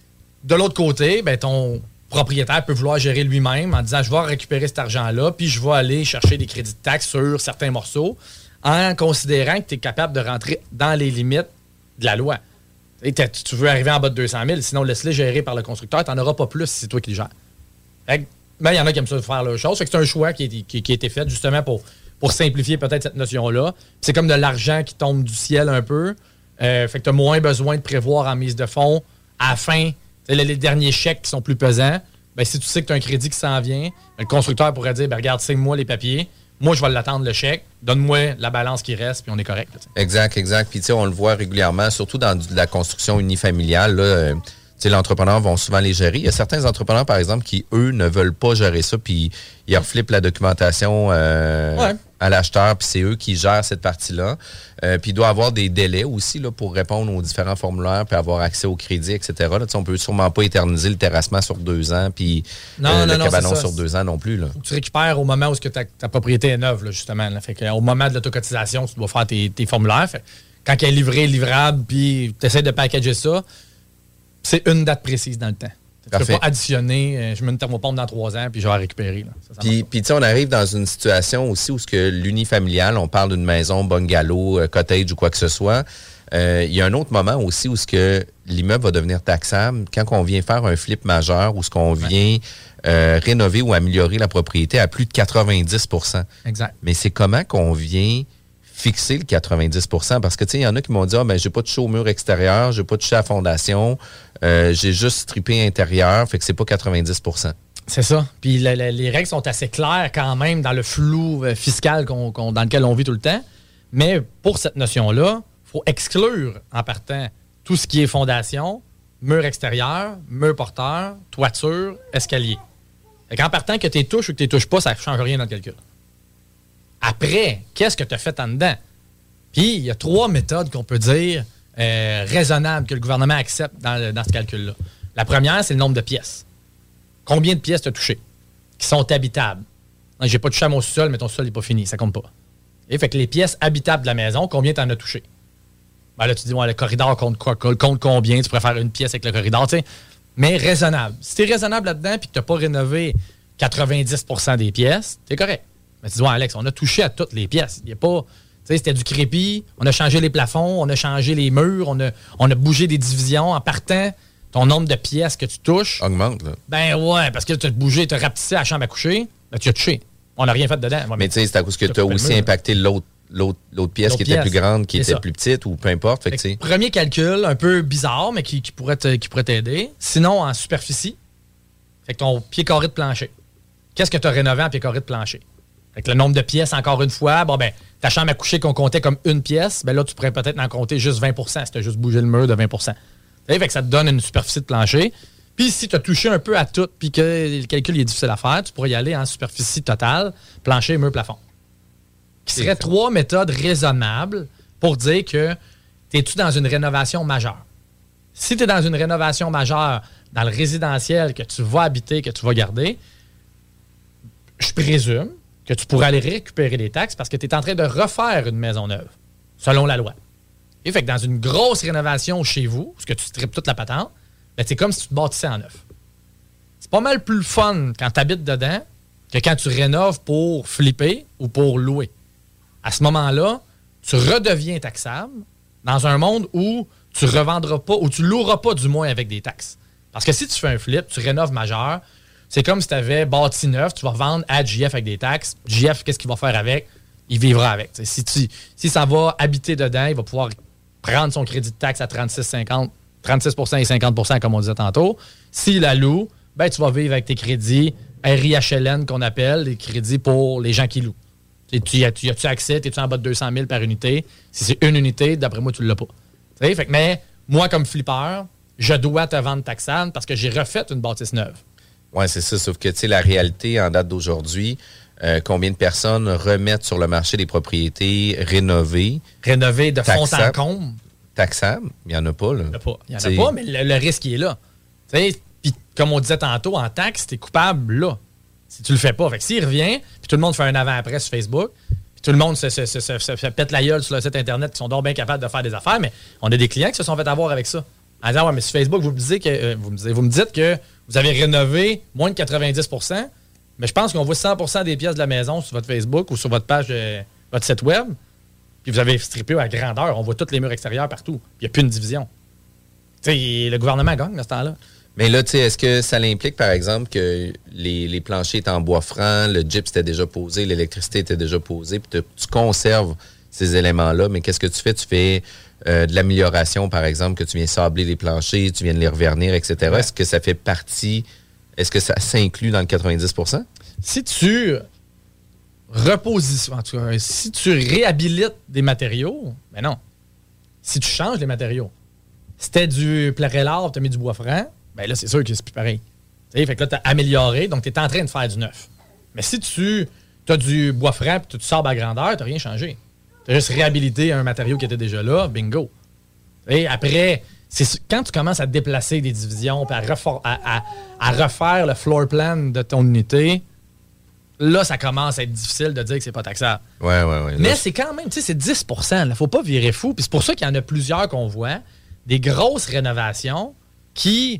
De l'autre côté, ben, ton propriétaire peut vouloir gérer lui-même en disant, je vais récupérer cet argent-là, puis je vais aller chercher des crédits de taxes sur certains morceaux en considérant que tu es capable de rentrer dans les limites de la loi. Et tu veux arriver en bas de deux cent mille, sinon laisse-les gérer par le constructeur, tu n'en auras pas plus si c'est toi qui le gères. Mais il y en a qui aiment ça faire leur chose. Fait que c'est un choix qui, est, qui, qui a été fait justement pour, pour simplifier peut-être cette notion-là. C'est comme de l'argent qui tombe du ciel un peu. Euh, fait que tu as moins besoin de prévoir en mise de fonds à la fin. Les, les derniers chèques qui sont plus pesants, ben, si tu sais que tu as un crédit qui s'en vient, ben, le constructeur pourrait dire ben, regarde, signe-moi les papiers. Moi, je vais l'attendre, le chèque. Donne-moi la balance qui reste, puis on est correct. Là, exact, exact. Puis, tu sais, on le voit régulièrement, surtout dans de la construction unifamiliale. Là, euh, tu sais, les entrepreneurs vont souvent les gérer. Il y a certains entrepreneurs, par exemple, qui, eux, ne veulent pas gérer ça, puis ils reflippent la documentation euh, ouais. à l'acheteur, puis c'est eux qui gèrent cette partie-là. Euh, puis, il doit y avoir des délais aussi là, pour répondre aux différents formulaires, puis avoir accès au crédit, et cetera. Là, on ne peut sûrement pas éterniser le terrassement sur deux ans, puis non, euh, non, le non, cabanon sur deux ans non plus. Là. Faut que tu récupères au moment où que ta, ta propriété est neuve, là, justement. Là. Fait que, au moment de l'autocotisation, tu dois faire tes, tes formulaires. Fait, quand elle est livrée, livrable, puis tu essaies de packager ça, c'est une date précise dans le temps. Tu ne peux pas additionner, euh, je mets une thermopompe dans trois ans, puis je vais la récupérer. Là. Ça, ça puis, puis tu sais, on arrive dans une situation aussi où ce que l'unifamilial, on parle d'une maison, bungalow, euh, cottage ou quoi que ce soit. Euh, il y a un autre moment aussi où ce que l'immeuble va devenir taxable quand on vient faire un flip majeur ou ce qu'on vient euh, rénover ou améliorer la propriété à plus de quatre-vingt-dix pour cent. Exact. Mais c'est comment qu'on vient fixer le quatre-vingt-dix pour cent? Parce que, tu sais, il y en a qui m'ont dit, ah, ben, j'ai pas touché au mur extérieur, j'ai pas touché à la fondation, euh, j'ai juste strippé intérieur, fait que c'est pas quatre-vingt-dix pour cent. C'est ça. Puis la, la, les règles sont assez claires quand même dans le flou euh, fiscal qu'on, qu'on, dans lequel on vit tout le temps. Mais pour cette notion-là, il faut exclure en partant tout ce qui est fondation, mur extérieur, mur porteur, toiture, escalier. Fait qu'en partant que tu les touches ou que tu les touches pas, ça ne change rien dans le calcul. Après, qu'est-ce que tu as fait en dedans? Puis, il y a trois méthodes qu'on peut dire euh, raisonnables que le gouvernement accepte dans, dans ce calcul-là. La première, c'est le nombre de pièces. Combien de pièces tu as touchées qui sont habitables? Je n'ai pas touché à mon sous-sol, mais ton sous-sol n'est pas fini, ça compte pas. Et fait que les pièces habitables de la maison, combien tu en as touché? Ben là, tu dis, ouais, le corridor compte, quoi, compte combien? Tu préfères une pièce avec le corridor, tu sais. Mais raisonnable. Si tu es raisonnable là-dedans et que tu n'as pas rénové quatre-vingt-dix pour cent des pièces, tu es correct. Mais tu dis, ouais, Alex, on a touché à toutes les pièces. Il n'y a pas. Tu sais, c'était du crépi, on a changé les plafonds, on a changé les murs, on a, on a bougé des divisions. En partant, ton nombre de pièces que tu touches augmente, là. Ben ouais, parce que tu as bougé, tu as rapetissé à la chambre à coucher, ben tu as touché. On n'a rien fait dedans. Ouais, mais tu sais, c'est à cause que tu as aussi impacté l'autre, l'autre, l'autre pièce l'autre qui pièce. était plus grande, qui était ça. plus petite ou peu importe. Fait que fait que premier calcul, un peu bizarre, mais qui, qui, pourrait te, qui pourrait t'aider. Sinon, en superficie, fait que ton pied carré de plancher. Qu'est-ce que tu as rénové en pied carré de plancher? Fait que le nombre de pièces, encore une fois, bon ben, ta chambre à coucher qu'on comptait comme une pièce, ben là, tu pourrais peut-être en compter juste vingt pour cent si tu as juste bougé le mur de vingt pour cent. Fait que ça te donne une superficie de plancher. Puis si tu as touché un peu à tout, puis que le calcul est difficile à faire, tu pourrais y aller en superficie totale, plancher, mur, plafond. Qui seraient trois méthodes raisonnables pour dire que t'es-tu dans une rénovation majeure. Si tu es dans une rénovation majeure dans le résidentiel que tu vas habiter, que tu vas garder, je présume que tu pourrais aller récupérer les taxes parce que tu es en train de refaire une maison neuve, selon la loi. Et fait que dans une grosse rénovation chez vous, parce que tu strippes toute la patente, ben c'est comme si tu te bâtissais en neuf. C'est pas mal plus le fun quand tu habites dedans que quand tu rénoves pour flipper ou pour louer. À ce moment-là, tu redeviens taxable dans un monde où tu revendras pas, ou tu loueras pas du moins avec des taxes. Parce que si tu fais un flip, tu rénoves majeur, c'est comme si tu avais bâti neuf, tu vas vendre à J F avec des taxes. J F, qu'est-ce qu'il va faire avec? Il vivra avec. T'sais, si, tu, si ça va habiter dedans, il va pouvoir prendre son crédit de taxe à trente-six cinquante, trente-six pour cent et cinquante pour cent comme on disait tantôt. S'il la loue, ben, tu vas vivre avec tes crédits R I H L N qu'on appelle, les crédits pour les gens qui louent. Et tu as-tu as accès? Es-tu en bas de deux cent mille par unité? Si c'est une unité, d'après moi, tu ne l'as pas. Fait que, mais moi, comme flipper, je dois te vendre taxable parce que j'ai refait une bâtisse neuve. Oui, c'est ça. Sauf que, tu sais, la réalité, en date d'aujourd'hui, euh, combien de personnes remettent sur le marché des propriétés rénovées? Rénovées de fond en comble? Taxables? Il n'y en a pas, là. Il n'y en a pas. Il n'y en a pas, mais le, le risque il est là. Puis, comme on disait tantôt, en taxe, tu es coupable là. Si tu le fais pas. Fait que s'il revient, puis tout le monde fait un avant-après sur Facebook, puis tout le monde se, se, se, se, se, se pète la gueule sur le site Internet qui sont donc bien capables de faire des affaires, mais on a des clients qui se sont fait avoir avec ça. En disant, ouais, mais sur Facebook, vous me, disiez que, euh, vous, me disiez, vous me dites que vous avez rénové moins de quatre-vingt-dix pour cent, mais je pense qu'on voit cent pour cent des pièces de la maison sur votre Facebook ou sur votre page, euh, votre site web, puis vous avez strippé à grandeur. On voit tous les murs extérieurs partout. Il n'y a plus une division. Tu sais, le gouvernement gagne à ce temps-là. Mais là, tu sais, est-ce que ça implique, par exemple, que les, les planchers étaient en bois franc, le gyps était déjà posé, l'électricité était déjà posée, puis tu conserves ces éléments-là, mais qu'est-ce que tu fais? Tu fais euh, de l'amélioration, par exemple, que tu viens sabler les planchers, tu viens de les revernir, et cetera. Ouais. Est-ce que ça fait partie, est-ce que ça s'inclut dans le quatre-vingt-dix pour cent? Si tu repositionnes, en tout cas, si tu réhabilites des matériaux, ben non. Si tu changes les matériaux, si c'était du plérélard, tu as mis du bois franc, ben là, c'est sûr que c'est plus pareil. T'sais, fait que là, tu as amélioré, donc tu es en train de faire du neuf. Mais si tu as du bois franc et tu sabres à grandeur, tu n'as rien changé. Tu as juste réhabilité un matériau qui était déjà là, bingo. T'sais, après, c'est quand tu commences à déplacer des divisions et à, refor- à, à, à refaire le floor plan de ton unité, là, ça commence à être difficile de dire que c'est pas taxable. Ouais, ouais, ouais. Mais là, c'est quand même, tu sais, c'est dix pour cent. Il ne faut pas virer fou. Puis c'est pour ça qu'il y en a plusieurs qu'on voit, des grosses rénovations qui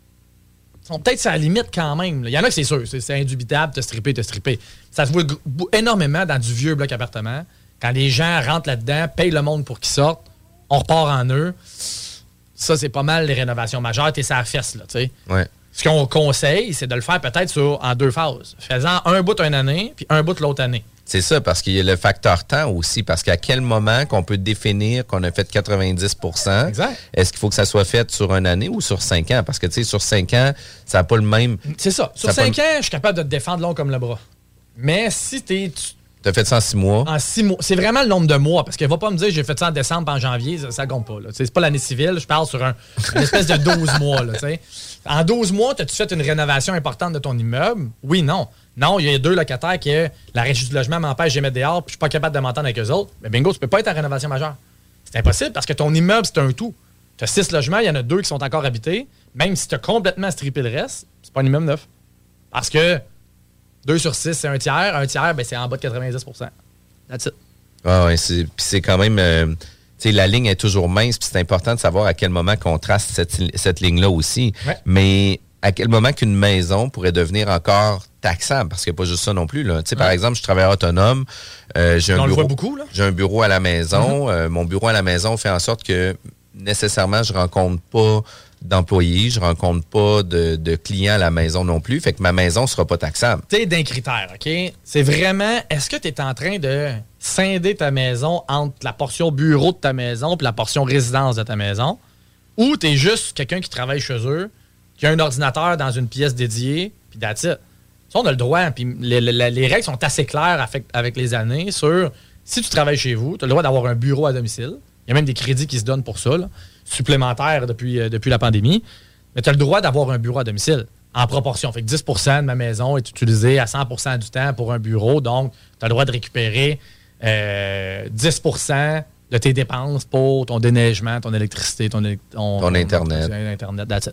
sont peut-être sur la limite quand même. Il y en a que c'est sûr, c'est, c'est indubitable, te stripper, te stripper. Ça se voit g- énormément dans du vieux bloc appartement. Quand les gens rentrent là-dedans, payent le monde pour qu'ils sortent, on repart en eux. Ça, c'est pas mal les rénovations majeures. T'es sur la fesse, là, tu sais. Ouais. Ce qu'on conseille, c'est de le faire peut-être sur, en deux phases. Faisant un bout une année, puis un bout l'autre année. C'est ça, parce qu'il y a le facteur temps aussi, parce qu'à quel moment qu'on peut définir qu'on a fait quatre-vingt-dix pour cent, exact. Est-ce qu'il faut que ça soit fait sur une année ou sur cinq ans? Parce que, tu sais, sur cinq ans, ça n'a pas le même... C'est ça. Sur ça cinq pas... ans, je suis capable de te défendre long comme le bras. Mais si t'es, tu Tu as fait ça en six mois? En six mois. C'est vraiment le nombre de mois, parce qu'elle va pas me dire j'ai fait ça en décembre, en janvier, ça, ça compte pas. Là. C'est pas l'année civile, je parle sur un, une espèce de douze mois. Là, en douze mois, as-tu fait une rénovation importante de ton immeuble? Oui, non. Non, il y a deux locataires qui, la régie du logement m'empêche de les mettre dehors, puis je suis pas capable de m'entendre avec eux autres. Mais bingo, tu peux pas être en rénovation majeure. C'est impossible, parce que ton immeuble, c'est un tout. Tu as six logements, il y en a deux qui sont encore habités. Même si tu as complètement strippé le reste, c'est pas un immeuble neuf. Parce que deux sur six, c'est un tiers. Un tiers, ben, c'est en bas de quatre-vingt-dix pour cent. That's it. Ah ouais, c'est, puis c'est quand même... Euh, tu sais, la ligne est toujours mince, puis c'est important de savoir à quel moment qu'on trace cette, cette ligne-là aussi. Ouais. Mais à quel moment qu'une maison pourrait devenir encore taxable? Parce qu'il n'y a pas juste ça non plus. Là. Tu sais, ouais. Par exemple, je suis travailleur autonome. Euh, j'ai un On bureau, le voit beaucoup, là. J'ai un bureau à la maison. Mm-hmm. Euh, mon bureau à la maison fait en sorte que nécessairement, je rencontre pas d'employés, je rencontre pas de, de clients à la maison non plus. Fait que ma maison ne sera pas taxable. Tu sais, d'un critère, OK? C'est vraiment, est-ce que tu es en train de scinder ta maison entre la portion bureau de ta maison et la portion résidence de ta maison? Ou tu es juste quelqu'un qui travaille chez eux, qui a un ordinateur dans une pièce dédiée, puis that's it. Ça, on a le droit. Puis les, les, les règles sont assez claires avec, avec les années sur si tu travailles chez vous, tu as le droit d'avoir un bureau à domicile. Il y a même des crédits qui se donnent pour ça, là, supplémentaires depuis, euh, depuis la pandémie. Mais tu as le droit d'avoir un bureau à domicile en proportion. Fait que dix pour cent de ma maison est utilisée à cent pour cent du temps pour un bureau. Donc, tu as le droit de récupérer euh, dix pour cent de tes dépenses pour ton déneigement, ton électricité, ton, ton, ton, ton Internet. Ton, Internet, that's it.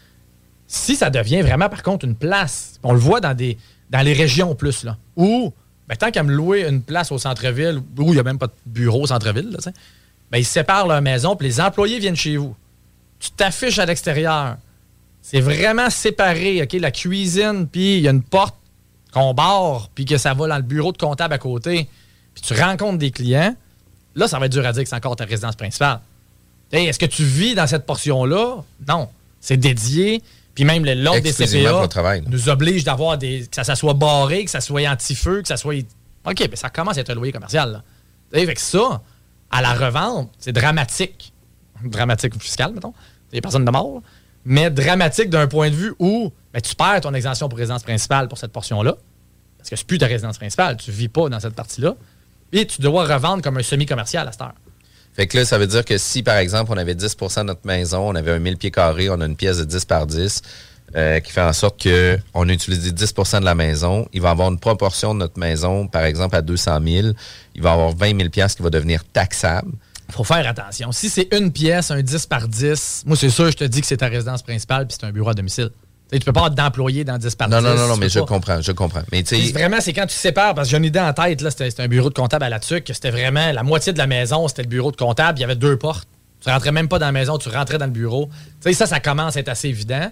Si ça devient vraiment, par contre, une place, on le voit dans, des, dans les régions plus, là, où, ben, tant qu'à me louer une place au centre-ville, où il n'y a même pas de bureau au centre-ville, là, ben, ils séparent leur maison, puis les employés viennent chez vous. Tu t'affiches à l'extérieur. C'est vraiment séparé, OK? La cuisine, puis il y a une porte qu'on barre, puis que ça va dans le bureau de comptable à côté, puis tu rencontres des clients. Là, ça va être dur à dire que c'est encore ta résidence principale. Hey, est-ce que tu vis dans cette portion-là? Non. C'est dédié. Puis même l'ordre des C P A nous oblige d'avoir des. Que ça, ça soit barré, que ça soit anti-feu, que ça soit. OK, mais ça commence à être un loyer commercial. Là. Avec ça, à la revente, c'est dramatique. Dramatique fiscal, mettons. Il n'y a personne de mort. Mais dramatique d'un point de vue où ben, tu perds ton exemption pour résidence principale pour cette portion-là. Parce que c'est plus ta résidence principale. Tu ne vis pas dans cette partie-là. Et tu dois revendre comme un semi-commercial à cette heure. Fait que là, ça veut dire que si, par exemple, on avait dix pour cent de notre maison, on avait un mille pieds carrés, on a une pièce de dix par dix, euh, qui fait en sorte qu'on a utilisé dix pour cent de la maison, il va avoir une proportion de notre maison, par exemple, à deux cent mille, il va avoir vingt mille piastres qui va devenir taxable. Il faut faire attention. Si c'est une pièce, un dix par dix, moi, c'est sûr, je te dis que c'est ta résidence principale puis c'est un bureau à domicile. Tu peux pas avoir d'employés dans dix par dix. Non, non, non, non mais je pas. comprends, je comprends. Mais c'est vraiment, c'est quand tu sépares, parce que j'ai une idée en tête, là, c'était, c'était un bureau de comptable à la tuque, que c'était vraiment la moitié de la maison, c'était le bureau de comptable, il y avait deux portes. Tu rentrais même pas dans la maison, tu rentrais dans le bureau. Tu sais, ça, ça commence à être assez évident.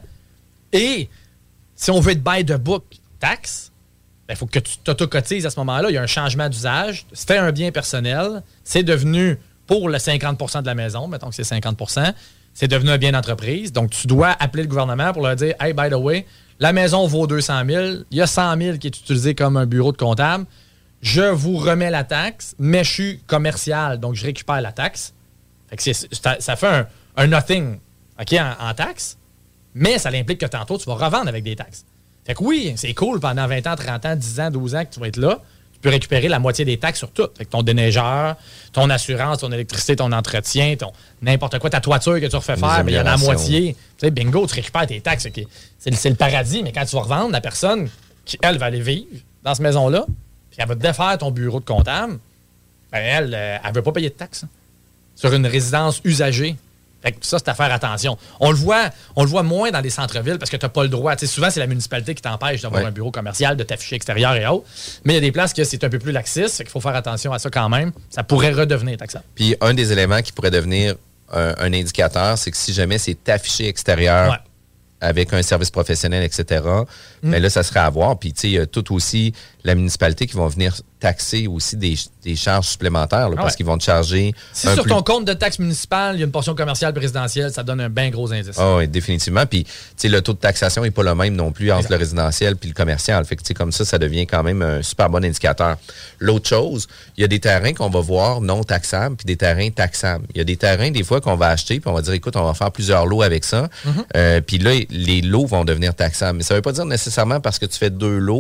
Et si on veut être by the book taxe, il ben, faut que tu t'autocotises à ce moment-là. Il y a un changement d'usage. C'était un bien personnel. C'est devenu pour le cinquante pour cent de la maison, mettons que c'est cinquante pour cent. C'est devenu un bien d'entreprise. Donc, tu dois appeler le gouvernement pour leur dire « Hey, by the way, la maison vaut deux cent mille. Il y a cent mille qui est utilisé comme un bureau de comptable. Je vous remets la taxe, mais je suis commercial, donc je récupère la taxe. » Fait que c'est, ça, ça fait un, un nothing okay, en, en taxe, mais ça implique que tantôt, tu vas revendre avec des taxes. Fait que oui, c'est cool pendant vingt ans, trente ans, dix ans, douze ans que tu vas être là. Tu peux récupérer la moitié des taxes sur tout. Fait que ton déneigeur, ton assurance, ton électricité, ton entretien, ton n'importe quoi, ta toiture que tu refais faire, mais il y en a la moitié. Tu sais, bingo, tu récupères tes taxes. Okay. C'est, le, c'est le paradis, mais quand tu vas revendre, la personne qui, elle, va aller vivre dans cette maison-là, puis elle va te défaire ton bureau de comptable, ben elle, elle ne veut pas payer de taxes hein, sur une résidence usagée. Fait que ça, c'est à faire attention. On le voit, on le voit moins dans les centres-villes parce que tu n'as pas le droit. T'sais, souvent, c'est la municipalité qui t'empêche d'avoir ouais. un bureau commercial, de t'afficher extérieur et autres. Mais il y a des places que c'est un peu plus laxiste, fait qu'il faut faire attention à ça quand même. Ça pourrait redevenir taxable. Puis un des éléments qui pourrait devenir un, un indicateur, c'est que si jamais c'est affiché extérieur ouais. avec un service professionnel, et cetera, mm. bien là, ça serait à voir. Puis, tu sais, il y a tout aussi la municipalité qui vont venir taxer aussi des, des charges supplémentaires là, ah parce ouais. qu'ils vont te charger... Si sur plus... ton compte de taxe municipale, il y a une portion commerciale présidentielle, ça donne un bien gros indice. Ah oui, définitivement. Puis, tu sais, le taux de taxation n'est pas le même non plus entre exact. le résidentiel puis le commercial. Fait que, tu sais, comme ça, ça devient quand même un super bon indicateur. L'autre chose, il y a des terrains qu'on va voir non taxables puis des terrains taxables. Il y a des terrains, des fois, qu'on va acheter puis on va dire, écoute, on va faire plusieurs lots avec ça. Mm-hmm. Euh, puis là, les lots vont devenir taxables. Mais ça ne veut pas dire nécessairement parce que tu fais deux lots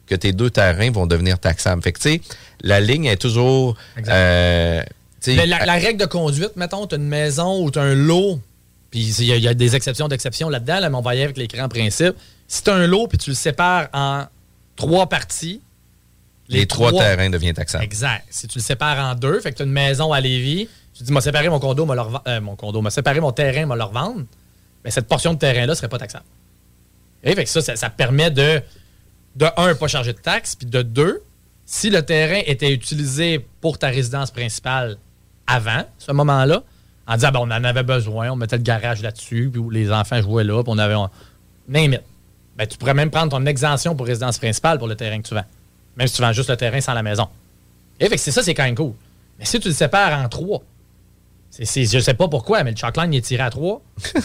que tes deux terrains vont devenir taxables. Fait que, tu sais, la ligne est toujours... Euh, la, la, la règle de conduite, mettons, tu as une maison ou tu as un lot, puis il y, y a des exceptions d'exceptions là-dedans, là, mais on va y aller avec les grands principes. Si tu as un lot puis tu le sépares en trois parties, les, les trois, trois terrains deviennent taxables. Exact. Si tu le sépares en deux, fait que tu as une maison à Lévis, tu dis, m'a séparé mon condo, m'a leur, euh, mon condo, m'a séparé mon terrain, m'a le revendre, bien, cette portion de terrain-là ne serait pas taxable. Et fait que ça, ça, ça permet de, de un, pas charger de taxes, puis de deux, si le terrain était utilisé pour ta résidence principale avant ce moment-là, en disant, ben, on en avait besoin, on mettait le garage là-dessus, puis les enfants jouaient là, puis on avait... On, name it. Ben, tu pourrais même prendre ton exemption pour résidence principale pour le terrain que tu vends. Même si tu vends juste le terrain sans la maison. Et fait que c'est ça, c'est quand même cool. Mais si tu le sépares en trois, c'est, c'est, je sais pas pourquoi, mais le chalkline il est tiré à trois.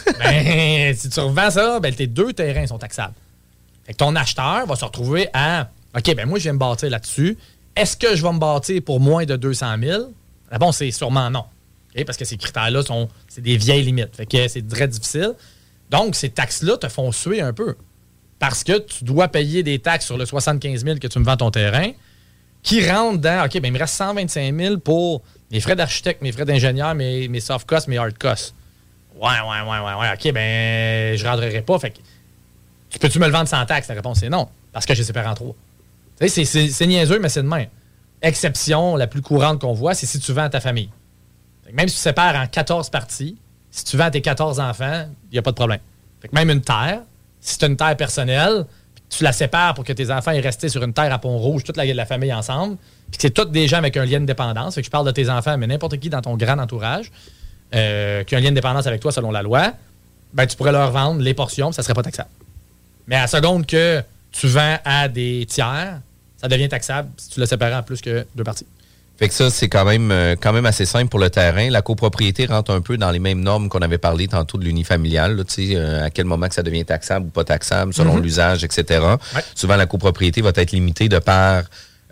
Ben, si tu revends ça, ben, tes deux terrains sont taxables. Fait que ton acheteur va se retrouver à OK, ben moi, je viens me bâtir là-dessus. Est-ce que je vais me bâtir pour moins de deux cent mille? La réponse, c'est sûrement non. Okay? Parce que ces critères-là, sont c'est des vieilles limites. Fait que c'est très difficile. Donc, ces taxes-là te font suer un peu. Parce que tu dois payer des taxes sur le soixante-quinze mille que tu me vends ton terrain qui rentrent dans, OK, ben il me reste cent vingt-cinq mille pour mes frais d'architecte, mes frais d'ingénieur, mes, mes soft costs, mes hard costs. Ouais, ouais, ouais, ouais, ouais. OK, ben je ne rentrerai pas. Fait que, tu peux-tu me le vendre sans taxe? La réponse est non. Parce que je séparé en trois. Tu sais, c'est, c'est, c'est niaiseux, mais c'est de même. Exception, la plus courante qu'on voit, c'est si tu vends à ta famille. Fait que même si tu sépares en quatorze parties, si tu vends à tes quatorze enfants, il n'y a pas de problème. Fait que même une terre, si tu as une terre personnelle, tu la sépares pour que tes enfants aient resté sur une terre à Pont-Rouge, toute la, la famille ensemble, puis que c'est tous des gens avec un lien de dépendance. Fait que je parle de tes enfants, mais n'importe qui dans ton grand entourage euh, qui a un lien de dépendance avec toi selon la loi, ben tu pourrais leur vendre les portions, ça ne serait pas taxable. Mais à la seconde que tu vends à des tiers, ça devient taxable si tu le sépares en plus que deux parties. Fait que ça, c'est quand même, euh, quand même assez simple pour le terrain. La copropriété rentre un peu dans les mêmes normes qu'on avait parlé tantôt de l'unifamilial. Là, euh, à quel moment que ça devient taxable ou pas taxable, selon mm-hmm. l'usage, et cetera. Ouais. Souvent, la copropriété va être limitée de par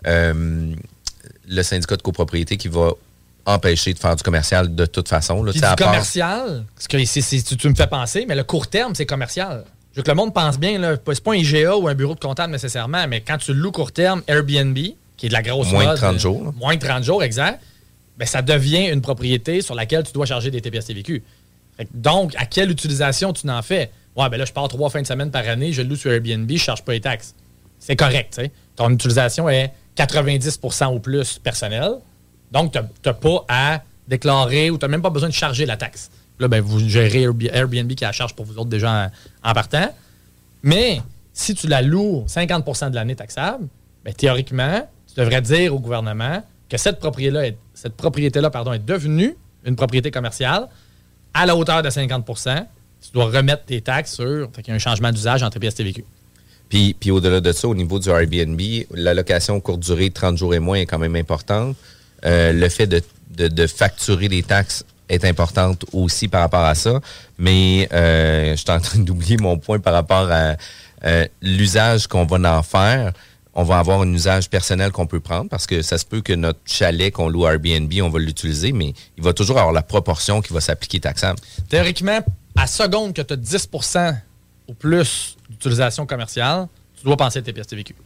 euh, le syndicat de copropriété qui va empêcher de faire du commercial de toute façon. Là, Puis du commercial, parce que c'est, c'est, tu, tu me fais penser, mais le court terme, c'est commercial. Je veux que le monde pense bien, là, c'est pas un I G A ou un bureau de comptable nécessairement, mais quand tu loues court terme, Airbnb, qui est de la grosse moins mode, de trente jours. Là. Moins de trente jours, exact. Ben, ça devient une propriété sur laquelle tu dois charger des T P S T V Q. Fait que, donc, à quelle utilisation tu n'en fais? Ouais, ben là, je pars trois fins de semaine par année, je loue sur Airbnb, je ne charge pas les taxes. C'est correct, tu sais. Ton utilisation est quatre-vingt-dix pour cent ou plus personnel. Donc, tu n'as pas à déclarer ou tu n'as même pas besoin de charger la taxe. Là, ben, vous gérez Airbnb qui la charge pour vous autres déjà en, en partant. Mais si tu la loues cinquante pour cent de l'année taxable, ben, théoriquement, tu devrais dire au gouvernement que cette propriété-là est, cette propriété-là, pardon, est devenue une propriété commerciale à la hauteur de cinquante pour cent. Tu dois remettre tes taxes sur... Fait qu'il y a un changement d'usage en T P S T V Q. Puis, puis au-delà de ça, au niveau du Airbnb, la location courte durée, trente jours et moins, est quand même importante. Euh, le fait de, de, de facturer des taxes est importante aussi par rapport à ça. Mais euh, je suis en train d'oublier mon point par rapport à euh, l'usage qu'on va en faire. On va avoir un usage personnel qu'on peut prendre parce que ça se peut que notre chalet qu'on loue à Airbnb, on va l'utiliser, mais il va toujours avoir la proportion qui va s'appliquer taxable. Théoriquement, à seconde que tu as dix pour cent ou plus d'utilisation commerciale, tu dois penser à T P S T V Q.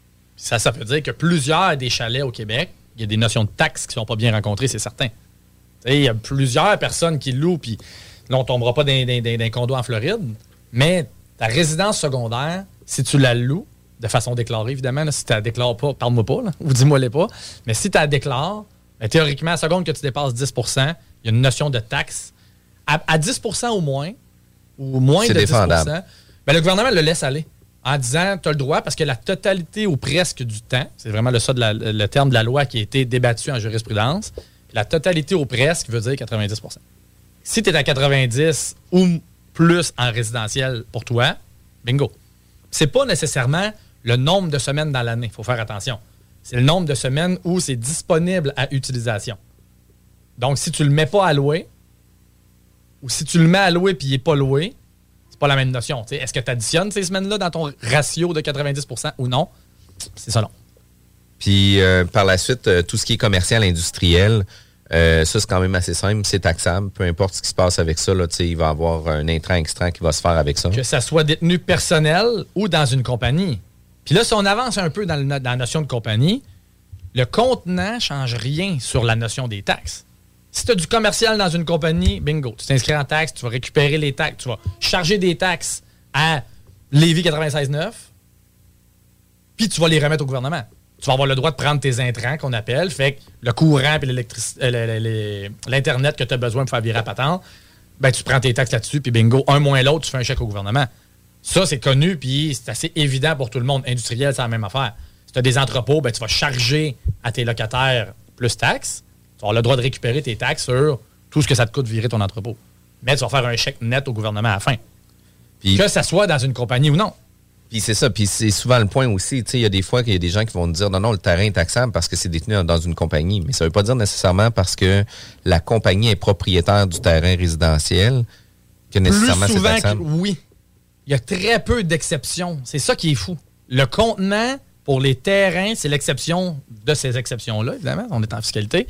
Ça, ça veut dire que plusieurs des chalets au Québec, il y a des notions de taxes qui ne sont pas bien rencontrées, c'est certain. Il y a plusieurs personnes qui louent, puis là, on ne tombera pas dans, dans, dans, dans un condo en Floride, mais ta résidence secondaire, si tu la loues, de façon déclarée, évidemment, là, si tu la déclares pas, parle-moi pas, là, ou dis-moi-les pas, mais si tu la déclares, ben, théoriquement, à la seconde que tu dépasses dix pour cent, il y a une notion de taxe. À, à dix pour cent au moins, ou moins c'est de défendable. dix pour cent, ben, le gouvernement le laisse aller en disant tu as le droit parce que la totalité ou presque du temps, c'est vraiment le, ça de la, le terme de la loi qui a été débattu en jurisprudence, la totalité ou presque veut dire quatre-vingt-dix pour cent. Si tu es à quatre-vingt-dix ou plus en résidentiel pour toi, bingo. C'est pas nécessairement le nombre de semaines dans l'année, il faut faire attention. C'est le nombre de semaines où c'est disponible à utilisation. Donc, si tu le mets pas à louer, ou si tu le mets à louer puis il n'est pas loué, c'est pas la même notion. T'sais, est-ce que tu additionnes ces semaines-là dans ton ratio de quatre-vingt-dix pour cent ou non? C'est ça, non. Puis, euh, par la suite, euh, tout ce qui est commercial, industriel, euh, ça, c'est quand même assez simple. C'est taxable. Peu importe ce qui se passe avec ça, là, il va y avoir un intrant extra qui va se faire avec ça. Que ça soit détenu personnel ou dans une compagnie. Puis là, si on avance un peu dans, le, dans la notion de compagnie, le contenant ne change rien sur la notion des taxes. Si tu as du commercial dans une compagnie, bingo, tu t'inscris en taxes, tu vas récupérer les taxes, tu vas charger des taxes à Lévis quatre-vingt-seize neuf, puis tu vas les remettre au gouvernement. Tu vas avoir le droit de prendre tes intrants qu'on appelle, fait que le courant et euh, l'Internet que tu as besoin pour faire virer à patente, ben tu prends tes taxes là-dessus, puis bingo, un moins l'autre, tu fais un chèque au gouvernement. Ça, c'est connu, puis c'est assez évident pour tout le monde. Industriel, c'est la même affaire. Si tu as des entrepôts, ben tu vas charger à tes locataires plus taxes. Tu vas avoir le droit de récupérer tes taxes sur tout ce que ça te coûte virer ton entrepôt. Mais tu vas faire un chèque net au gouvernement à la fin. Puis, que ça soit dans une compagnie ou non. Puis c'est ça, puis c'est souvent le point aussi. Tu sais, il y a des fois qu'il y a des gens qui vont te dire non, non, le terrain est taxable parce que c'est détenu dans une compagnie. Mais ça veut pas dire nécessairement parce que la compagnie est propriétaire du terrain résidentiel que nécessairement Plus souvent c'est taxable. Que, oui. Il y a très peu d'exceptions. C'est ça qui est fou. Le contenant pour les terrains, c'est l'exception de ces exceptions-là, évidemment. On est en fiscalité.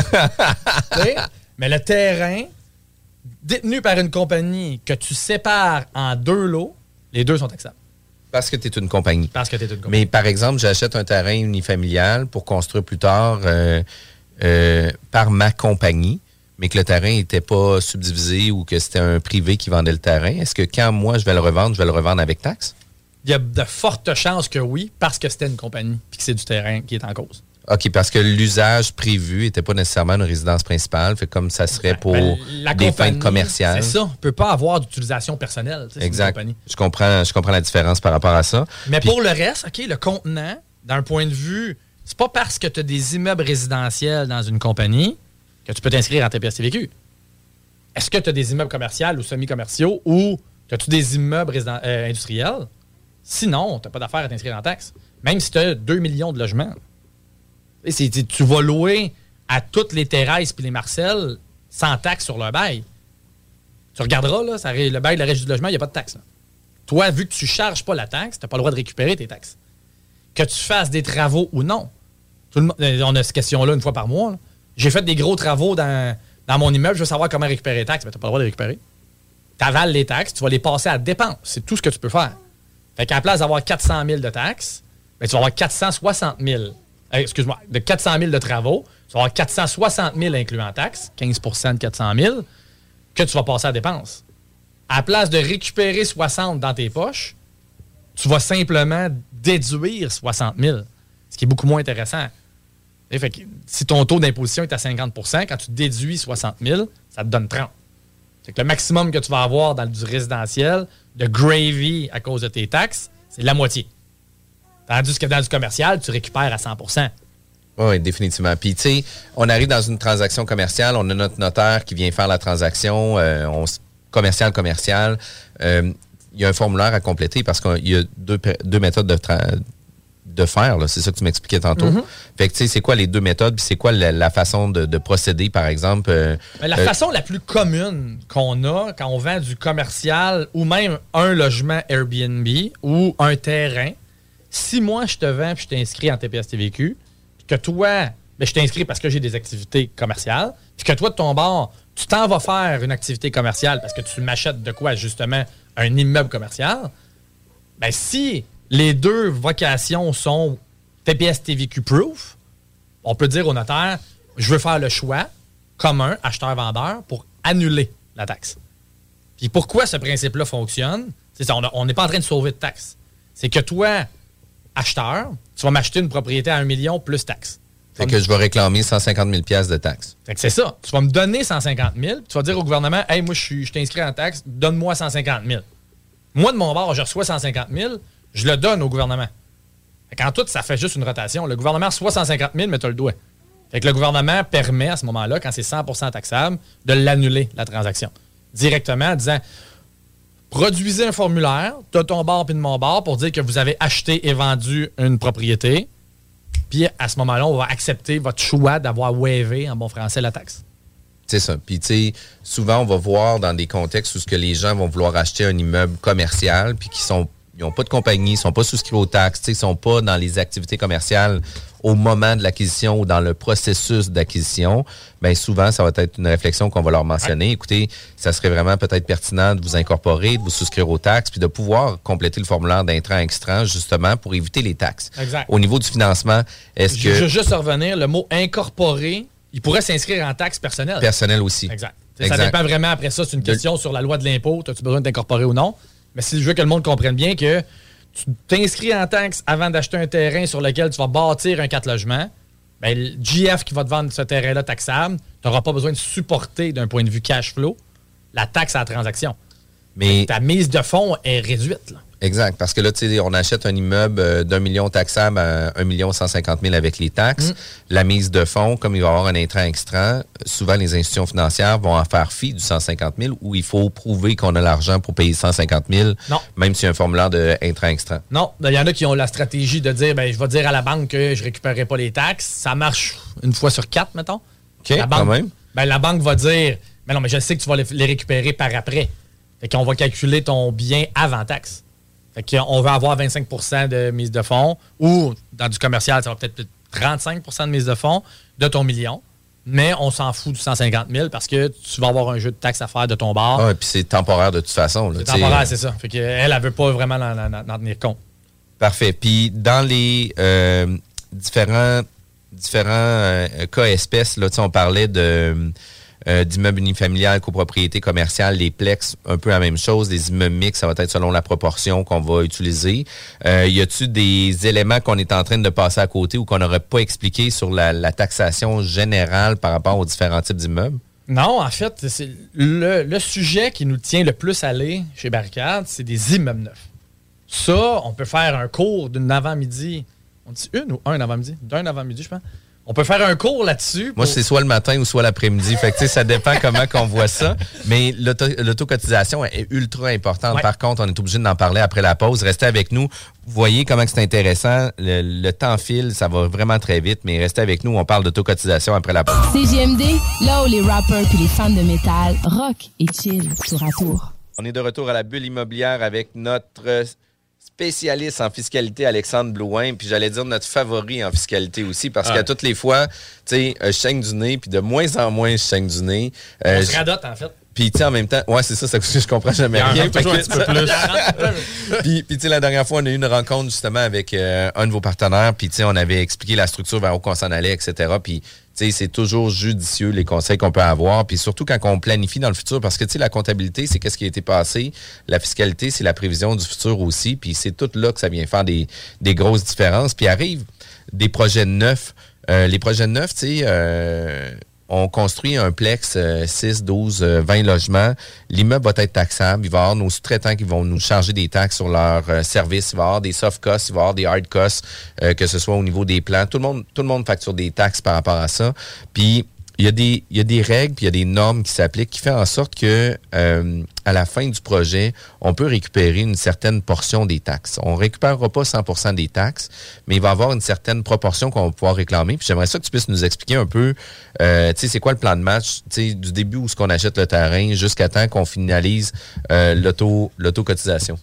Mais le terrain détenu par une compagnie que tu sépares en deux lots, les deux sont taxables. Parce que tu es une compagnie. Parce que tu es une compagnie. Mais par exemple, j'achète un terrain unifamilial pour construire plus tard euh, euh, par ma compagnie, mais que le terrain n'était pas subdivisé ou que c'était un privé qui vendait le terrain. Est-ce que quand moi, je vais le revendre, je vais le revendre avec taxe? Il y a de fortes chances que oui, parce que c'était une compagnie et que c'est du terrain qui est en cause. OK, parce que l'usage prévu n'était pas nécessairement une résidence principale, fait comme ça serait pour ben, des fins commerciales. C'est ça, on ne peut pas avoir d'utilisation personnelle. Exact. Je comprends, je comprends la différence par rapport à ça. Mais Puis, pour le reste, OK, le contenant, d'un point de vue, c'est pas parce que tu as des immeubles résidentiels dans une compagnie que tu peux t'inscrire en T P S T V Q. Est-ce que tu as des immeubles commerciaux ou semi-commerciaux ou as-tu des immeubles résident- euh, industriels? Sinon, tu n'as pas d'affaire à t'inscrire en taxe. Même si tu as deux millions de logements. C'est, tu vas louer à toutes les terrasses et les Marcel sans taxe sur leur bail. Tu regarderas, là, ça, le bail de la régie du logement, il n'y a pas de taxe. Là. Toi, vu que tu ne charges pas la taxe, tu n'as pas le droit de récupérer tes taxes. Que tu fasses des travaux ou non. Tout le monde, on a cette question-là une fois par mois. Là. J'ai fait des gros travaux dans, dans mon immeuble, je veux savoir comment récupérer les taxes. Mais tu n'as pas le droit de les récupérer. Tu avales les taxes, tu vas les passer à dépenses. C'est tout ce que tu peux faire. Fait qu'à la place d'avoir quatre cent mille de taxes, ben, tu vas avoir quatre cent soixante mille. Euh, excuse-moi, de quatre cent mille de travaux, tu vas avoir quatre cent soixante mille incluant taxes, quinze pour cent de quatre cent mille, que tu vas passer à dépenses. À la place de récupérer soixante dans tes poches, tu vas simplement déduire soixante mille, ce qui est beaucoup moins intéressant. Et fait que, si ton taux d'imposition est à cinquante pour cent, quand tu déduis soixante mille, ça te donne trente. C'est que le maximum que tu vas avoir dans du résidentiel, de gravy à cause de tes taxes, c'est la moitié. Tandis que dans du commercial, tu récupères à cent pour cent. Oui, définitivement. Puis, tu sais, on arrive dans une transaction commerciale, on a notre notaire qui vient faire la transaction, euh, on, commercial, commercial. Euh, il y a un formulaire à compléter parce qu'il y a deux, deux méthodes de, tra- de faire. Là. C'est ça que tu m'expliquais tantôt. Mm-hmm. Fait que, tu sais, c'est quoi les deux méthodes? Puis c'est quoi la, la façon de, de procéder, par exemple? Euh, la euh, façon la plus commune qu'on a quand on vend du commercial ou même un logement Airbnb ou un terrain, si moi, je te vends et je t'inscris en T P S T V Q, puis que toi, ben, je t'inscris parce que j'ai des activités commerciales, puis que toi, de ton bord, tu t'en vas faire une activité commerciale parce que tu m'achètes de quoi, justement, un immeuble commercial, ben si les deux vocations sont T P S T V Q-proof, on peut dire au notaire, je veux faire le choix commun, acheteur-vendeur, pour annuler la taxe. Puis pourquoi ce principe-là fonctionne? C'est ça, on n'est pas en train de sauver de taxes. C'est que toi, acheteur, tu vas m'acheter une propriété à un million plus taxes. Fait que je vais réclamer cent cinquante mille dollars de taxes. Fait que c'est ça. Tu vas me donner cent cinquante mille, tu vas dire au gouvernement, « Hey, moi, je suis, je t'inscris en taxes, donne-moi cent cinquante mille. » Moi, de mon bord, je reçois cent cinquante mille, je le donne au gouvernement. Fait qu'en tout, ça fait juste une rotation. Le gouvernement reçoit cent cinquante mille, mais tu as le doigt. Fait que le gouvernement permet, à ce moment-là, quand c'est cent pour cent taxable, de l'annuler, la transaction. Directement, en disant, produisez un formulaire de ton bord et de mon bord pour dire que vous avez acheté et vendu une propriété. Puis à ce moment-là, on va accepter votre choix d'avoir waivé, en bon français, la taxe. C'est ça. Puis, tu sais, souvent, on va voir dans des contextes où ce que les gens vont vouloir acheter un immeuble commercial, puis qui sont n'ont pas de compagnie, ils ne sont pas souscrits aux taxes, ils ne sont pas dans les activités commerciales au moment de l'acquisition ou dans le processus d'acquisition, bien souvent, ça va être une réflexion qu'on va leur mentionner. Ouais. Écoutez, ça serait vraiment peut-être pertinent de vous incorporer, de vous souscrire aux taxes, puis de pouvoir compléter le formulaire d'intrant-extrant, justement, pour éviter les taxes. Exact. Au niveau du financement, est-ce je, que... Je veux juste revenir, le mot « incorporer », il pourrait s'inscrire en taxes personnelles. Personnelles aussi. Exact. exact. Ça dépend vraiment, après ça, c'est une question de... sur la loi de l'impôt, as-tu besoin de t'incorporer ou non? Mais si je veux que le monde comprenne bien que tu t'inscris en taxes avant d'acheter un terrain sur lequel tu vas bâtir un quatre logements, bien, le G F qui va te vendre ce terrain-là taxable, tu n'auras pas besoin de supporter d'un point de vue cash flow la taxe à la transaction. Mais ta mise de fonds est réduite. Là. Exact, parce que là, tu sais, on achète un immeuble d'un million taxable à un million cent cinquante mille avec les taxes. Mmh. La mise de fonds, comme il va y avoir un intrant-extrant, souvent les institutions financières vont en faire fi du cent cinquante mille où il faut prouver qu'on a l'argent pour payer cent cinquante mille, non. Même s'il y a un formulaire de intrant-extrant. Non, il y en a qui ont la stratégie de dire, ben, je vais dire à la banque que je ne récupérerai pas les taxes. Ça marche une fois sur quatre, mettons. OK, la banque, quand même. Ben, la banque va dire, mais non, mais je sais que tu vas les, les récupérer par après. Fait qu'on va calculer ton bien avant taxe. Fait qu'on va avoir vingt-cinq pour cent de mise de fonds ou, dans du commercial, ça va peut-être trente-cinq pour cent de mise de fonds de ton million. Mais on s'en fout du cent cinquante mille parce que tu vas avoir un jeu de taxes à faire de ton bar. Ah, et puis c'est temporaire de toute façon. Là, c'est temporaire, euh... c'est ça. Fait qu'elle, elle ne veut pas vraiment en tenir compte. Parfait. Puis dans les euh, différents, différents euh, cas espèces, là, on parlait de... Euh, d'immeubles unifamiliales, copropriété commerciale, les plex, un peu la même chose. Les immeubles mixtes, ça va être selon la proportion qu'on va utiliser. Euh, y a-t-il des éléments qu'on est en train de passer à côté ou qu'on n'aurait pas expliqué sur la, la taxation générale par rapport aux différents types d'immeubles? Non, en fait, c'est le, le sujet qui nous tient le plus à aller chez Barricade, c'est des immeubles neufs. Ça, on peut faire un cours d'une avant-midi. On dit une ou un avant-midi? D'un avant-midi, je pense. On peut faire un cours là-dessus. Pour... Moi, c'est soit le matin ou soit l'après-midi. Fait que, ça dépend comment qu'on voit ça. Mais l'auto- l'autocotisation est ultra importante. Ouais. Par contre, on est obligé d'en parler après la pause. Restez avec nous. Vous voyez comment c'est intéressant. Le, le temps file, ça va vraiment très vite. Mais restez avec nous. On parle d'autocotisation après la pause. C G M D, là où les rappers puis les fans de métal rock et chill tour à tour. On est de retour à la bulle immobilière avec notre... spécialiste en fiscalité, Alexandre Blouin, puis j'allais dire notre favori en fiscalité aussi, parce ah. qu'à toutes les fois, tu sais, euh, je saigne du nez, puis de moins en moins, je saigne du nez. Euh, On se radote, en fait. Puis, tu sais, en même temps, ouais, c'est ça, ça je comprends jamais rien. Toujours un petit peu plus. Puis, tu sais, la dernière fois, on a eu une rencontre, justement, avec euh, un de vos partenaires, puis, tu sais, on avait expliqué la structure vers où on s'en allait, et cetera. Puis, tu sais, c'est toujours judicieux, les conseils qu'on peut avoir, puis surtout quand on planifie dans le futur, parce que, tu sais, la comptabilité, c'est qu'est-ce qui a été passé. La fiscalité, c'est la prévision du futur aussi, puis c'est tout là que ça vient faire des, des grosses différences. Puis arrivent des projets neufs. Euh, les projets neufs, tu sais... Euh, on construit un plex euh, six, douze, vingt logements. L'immeuble va être taxable. Il va y avoir nos sous-traitants qui vont nous charger des taxes sur leurs euh, services. Il va y avoir des soft costs, il va y avoir des hard costs, euh, que ce soit au niveau des plans. Tout le monde, tout le monde facture des taxes par rapport à ça. Puis, il y a des, il y a des règles, puis il y a des normes qui s'appliquent qui font en sorte que euh, à la fin du projet, on peut récupérer une certaine portion des taxes. On ne récupérera pas cent pour cent des taxes, mais il va y avoir une certaine proportion qu'on va pouvoir réclamer. Puis j'aimerais ça que tu puisses nous expliquer un peu, euh, tu sais, c'est quoi le plan de match, tu sais, du début où ce qu'on achète le terrain jusqu'à temps qu'on finalise euh, l'auto, l'auto-cotisation.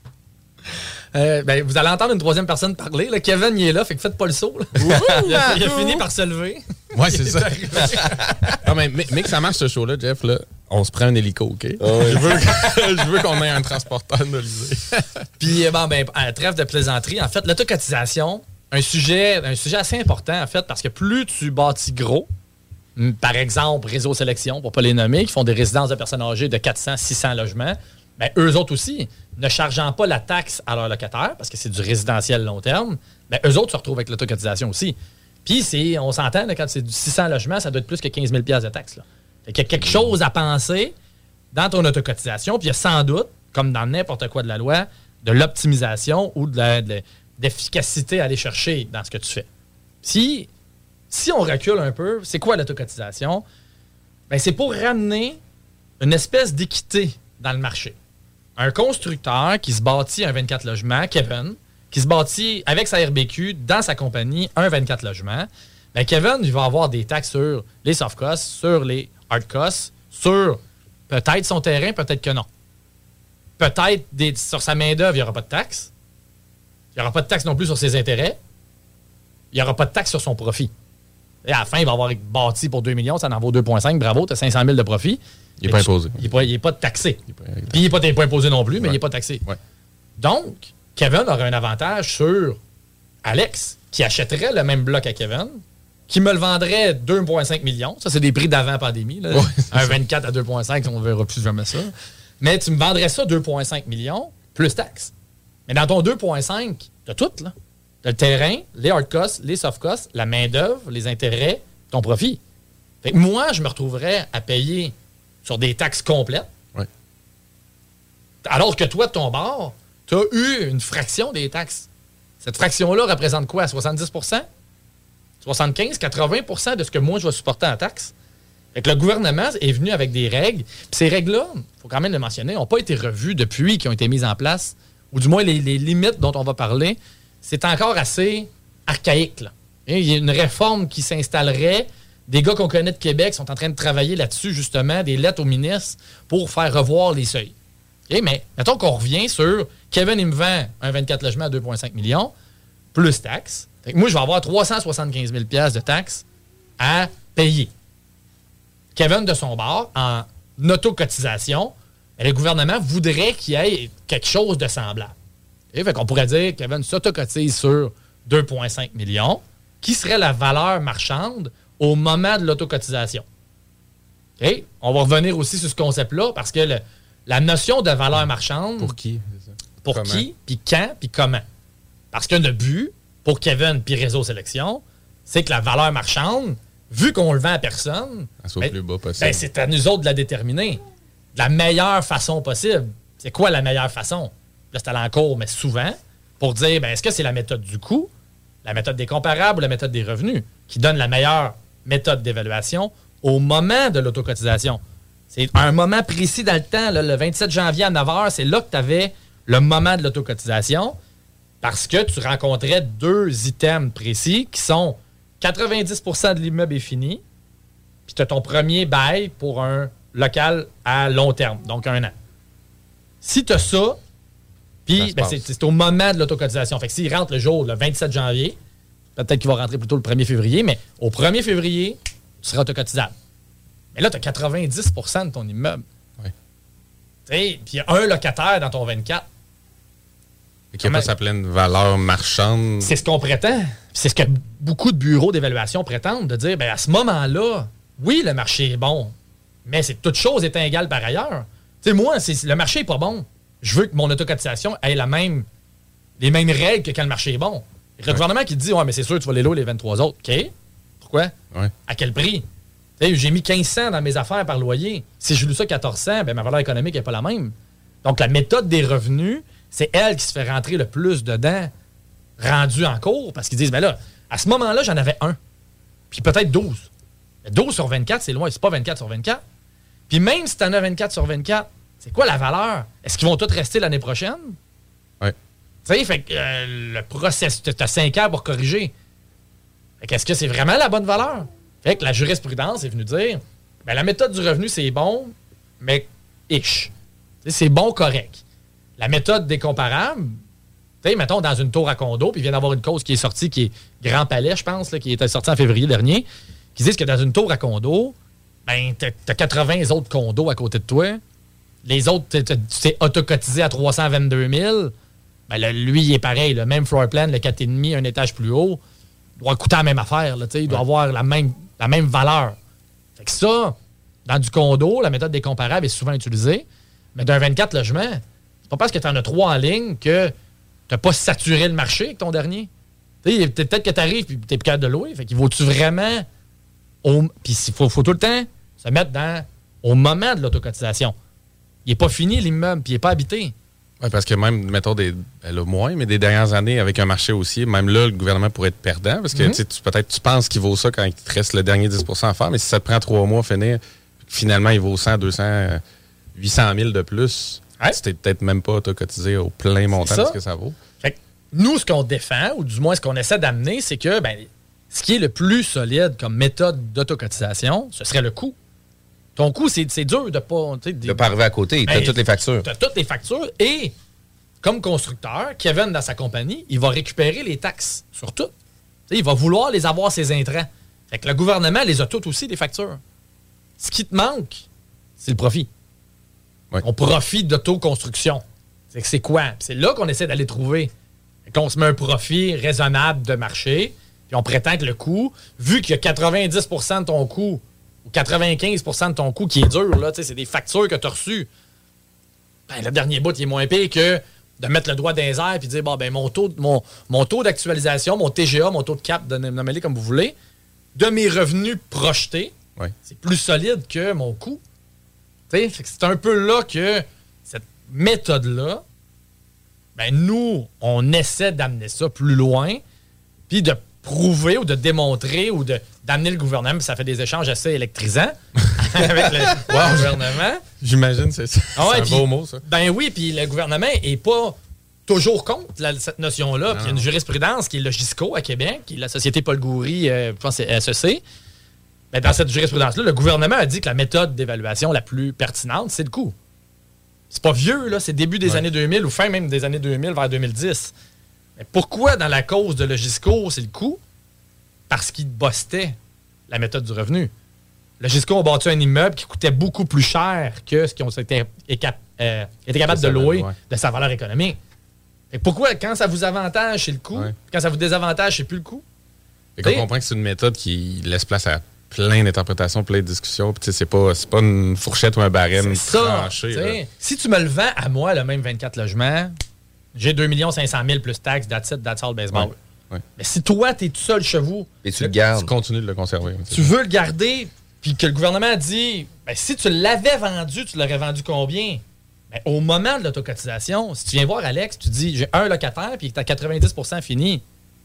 Euh, ben, vous allez entendre une troisième personne parler. Là. Kevin, il est là, fait que faites pas le saut. il, a, il a fini par se lever. Ouais, c'est ça. Non, mais, mais, mais que ça marche ce show-là, Jeff, là, on se prend un hélico, OK? Oh, oui. je, veux, je veux qu'on ait un transporteur motorisé. Puis, bon, ben, à trêve de plaisanterie, en fait, l'autocotisation, un sujet, un sujet assez important, en fait, parce que plus tu bâtis gros, par exemple, Réseau Sélection, pour ne pas les nommer, qui font des résidences de personnes âgées de quatre cents à six cents logements, bien, eux autres aussi, ne chargeant pas la taxe à leurs locataires, parce que c'est du résidentiel long terme, bien, eux autres se retrouvent avec l'autocotisation aussi. Puis, c'est, on s'entend, là, quand c'est du six cents logements, ça doit être plus que quinze mille dollars de taxes. Là. Fait qu'il y a quelque chose à penser dans ton autocotisation, puis il y a sans doute, comme dans n'importe quoi de la loi, de l'optimisation ou de, la, de l'efficacité à aller chercher dans ce que tu fais. Si, si on recule un peu, c'est quoi l'autocotisation? Bien, c'est pour ramener une espèce d'équité dans le marché. Un constructeur qui se bâtit un vingt-quatre logements, Kevin, qui se bâtit avec sa R B Q dans sa compagnie un vingt-quatre logements, bien Kevin, il va avoir des taxes sur les soft costs, sur les hard costs, sur peut-être son terrain, peut-être que non. peut-être des, sur sa main-d'œuvre, il n'y aura pas de taxe. Il n'y aura pas de taxe non plus sur ses intérêts. Il n'y aura pas de taxe sur son profit. Et à la fin, il va avoir bâti pour deux millions, ça en vaut deux virgule cinq. Bravo, tu as cinq cent mille de profit. Il n'est pas imposé. Il n'est pas, pas taxé. Il Puis il n'est pas, pas imposé non plus, mais ouais. il n'est pas taxé. Ouais. Donc, Kevin aurait un avantage sur Alex, qui achèterait le même bloc à Kevin, qui me le vendrait deux virgule cinq millions. Ça, c'est des prix d'avant pandémie. Là. Ouais, un vingt-quatre à deux virgule cinq, on ne verra plus jamais ça. Mais tu me vendrais ça deux virgule cinq millions, plus taxes. Mais dans ton deux virgule cinq, tu as tout, là. Tu as le terrain, les hard costs, les soft costs, la main-d'œuvre, les intérêts, ton profit. Fait que moi, je me retrouverais à payer sur des taxes complètes. Ouais. Alors que toi, de ton bord, tu as eu une fraction des taxes. Cette fraction-là représente quoi? soixante-dix pour cent? soixante-quinze, quatre-vingts pour cent de ce que moi, je vais supporter en taxes. Fait que le gouvernement est venu avec des règles. Puis ces règles-là, il faut quand même le mentionner, n'ont pas été revues depuis, qui ont été mises en place, ou du moins les, les limites dont on va parler, c'est encore assez archaïque. Là. Il y a une réforme qui s'installerait. Des gars qu'on connaît de Québec sont en train de travailler là-dessus, justement, des lettres au ministre pour faire revoir les seuils. Okay, mais mettons qu'on revient sur Kevin, il me vend un vingt-quatre logements à deux virgule cinq millions, plus taxes. Fait que moi, je vais avoir trois cent soixante-quinze mille de taxes à payer. Kevin, de son bord, en autocotisation, le gouvernement voudrait qu'il y ait quelque chose de semblable. Okay, fait qu'on pourrait dire que Kevin s'autocotise sur deux virgule cinq millions, qui serait la valeur marchande au moment de l'autocotisation. Okay? On va revenir aussi sur ce concept-là, parce que le, la notion de valeur marchande... Pour qui? C'est ça. Pour comment? Qui, puis quand, puis comment. Parce que le but, pour Kevin puis Réseau Sélection, c'est que la valeur marchande, vu qu'on le vend à personne, soit ben, plus bas possible. Ben, c'est à nous autres de la déterminer. De la meilleure façon possible. C'est quoi la meilleure façon? Là, c'est à l'encours, mais souvent, pour dire, ben, est-ce que c'est la méthode du coût, la méthode des comparables ou la méthode des revenus qui donne la meilleure méthode d'évaluation au moment de l'autocotisation? C'est un moment précis dans le temps, là, le vingt-sept janvier à neuf heures, c'est là que tu avais le moment de l'autocotisation parce que tu rencontrais deux items précis qui sont quatre-vingt-dix pour cent de l'immeuble est fini, puis tu as ton premier bail pour un local à long terme, donc un an. Si tu as ça, puis ben, c'est, c'est au moment de l'autocotisation. Fait que s'il rentre le jour, le vingt-sept janvier, peut-être qu'il va rentrer plutôt le premier février, mais au premier février, tu seras autocotisable. Mais là, tu as quatre-vingt-dix pour cent de ton immeuble. Oui. Puis il y a un locataire dans ton vingt-quatre. Et qui n'a pas sa pleine valeur marchande. C'est ce qu'on prétend. C'est ce que beaucoup de bureaux d'évaluation prétendent, de dire, ben à ce moment-là, oui, le marché est bon, mais c'est toute chose étant égale par ailleurs. Tu sais, moi, c'est, le marché n'est pas bon. Je veux que mon autocotisation ait la même, les mêmes règles que quand le marché est bon. Et le ouais. gouvernement qui te dit, ouais, mais c'est sûr, tu vas les louer les vingt-trois autres. OK. Pourquoi? Ouais. À quel prix? T'sais, j'ai mis quinze cents dans mes affaires par loyer. Si je loue ça quatorze cents, ben ma valeur économique n'est pas la même. Donc, la méthode des revenus, c'est elle qui se fait rentrer le plus dedans, rendu en cours, parce qu'ils disent, ben là, à ce moment-là, j'en avais un. Puis peut-être douze. Mais douze sur vingt-quatre, c'est loin. C'est pas vingt-quatre sur vingt-quatre. Puis même si tu en as vingt-quatre sur vingt-quatre, c'est quoi la valeur? Est-ce qu'ils vont tous rester l'année prochaine? Oui. Tu sais, fait que euh, le processus, tu as cinq ans pour corriger. Fait que est-ce que c'est vraiment la bonne valeur? Fait que la jurisprudence est venue dire, ben la méthode du revenu, c'est bon, mais ish. T'sais, c'est bon, correct. La méthode des comparables, tu sais, mettons, dans une tour à condo, puis il vient d'avoir une cause qui est sortie, qui est Grand Palais, je pense, là, qui était sortie en février dernier, qui disent que dans une tour à condo, ben, t'as, t'as quatre-vingts autres condos à côté de toi. Les autres, tu t'es autocotisé à trois cent vingt-deux mille. Ben, là, lui, il est pareil. Le même floor plan, le quatre virgule cinq, un étage plus haut, doit coûter la même affaire. Là, il doit ouais. avoir la même, la même valeur. Fait que ça, dans du condo, la méthode des comparables est souvent utilisée. Mais d'un vingt-quatre logements, c'est pas parce que tu en as trois en ligne que tu n'as pas saturé le marché avec ton dernier. T'sais, peut-être que tu arrives et tu n'es plus capable de louer. Fait qu'il vaut-tu vraiment... Puis il faut, faut tout le temps se mettre dans au moment de l'autocotisation. Il n'est pas fini l'immeuble, puis il n'est pas habité. Oui, parce que même, mettons, des, ben là, moins, mais des dernières années, avec un marché haussier, même là, le gouvernement pourrait être perdant, parce que mm-hmm. tu, peut-être tu penses qu'il vaut ça quand il te reste le dernier dix pour cent à faire, mais si ça te prend trois mois à finir, finalement, il vaut cent, deux cents, huit cent mille de plus, ouais. tu t'es peut-être même pas autocotisé au plein montant de ce que ça vaut. Fait que nous, ce qu'on défend, ou du moins ce qu'on essaie d'amener, c'est que ben, ce qui est le plus solide comme méthode d'autocotisation, ce serait le coût. ton coût, c'est, c'est dur de pas... Des... De pas arriver à côté. Tu as toutes les factures. Tu as toutes les factures et, comme constructeur, Kevin, dans sa compagnie, il va récupérer les taxes sur tout. T'sais, il va vouloir les avoir, ses intrants. Fait que le gouvernement les a toutes aussi, les factures. Ce qui te manque, c'est le profit. Ouais. On profite d'autoconstruction. C'est que c'est quoi? Puis c'est là qu'on essaie d'aller trouver. Fait qu'on se met un profit raisonnable de marché, puis on prétend que le coût, vu qu'il y a quatre-vingt-dix pour cent de ton coût, ou quatre-vingt-quinze pour cent de ton coût qui est dur, là, c'est des factures que tu as reçues, ben, le dernier bout, il est moins pire que de mettre le doigt dans les airs et de dire, bon, ben, mon taux, mon, mon taux d'actualisation, mon T G A, mon taux de cap, nommez-les comme vous voulez, de mes revenus projetés, ouais. c'est plus solide que mon coût. Fait que c'est un peu là que cette méthode-là, ben nous, on essaie d'amener ça plus loin, puis de prouver ou de démontrer ou de, d'amener le gouvernement, ça fait des échanges assez électrisants avec le wow, gouvernement. J'imagine, c'est ça. Ah ouais, c'est un pis, beau mot, ça. Ben oui, puis le gouvernement n'est pas toujours contre la, cette notion-là. Puis il y a une jurisprudence qui est le GISCO à Québec, qui est la Société Paul Goury, euh, je pense que c'est S E C. Ben, dans cette jurisprudence-là, le gouvernement a dit que la méthode d'évaluation la plus pertinente, c'est le coût. C'est pas vieux, là, c'est début des ouais. années deux mille ou fin même des années deux mille vers deux mille dix. Mais pourquoi dans la cause de le GISCO, c'est le coût? Parce qu'il bustait la méthode du revenu. Le GISCO a bâti un immeuble qui coûtait beaucoup plus cher que ce qu'ils ont été, euh, été capables de louer ouais. de sa valeur économique. Et pourquoi, quand ça vous avantage, c'est le coût, ouais. quand ça vous désavantage, c'est plus le coût? Et qu'on comprend que c'est une méthode qui laisse place à plein d'interprétations, plein de discussions. Puis c'est pas, c'est pas une fourchette ou un barème tranché. Si tu me le vends à moi, le même vingt-quatre logements, j'ai deux millions cinq cent mille plus taxes, that's it, that's all, baseball. Ouais. Ouais. Mais si toi, t'es tout seul chez vous... Et tu le gardes. Tu continues de le conserver. Tu veux le garder, puis que le gouvernement a dit, ben, si tu l'avais vendu, tu l'aurais vendu combien? Ben, au moment de l'autocotisation, si tu viens voir Alex, tu dis, j'ai un locataire, puis tu as quatre-vingt-dix pour cent fini.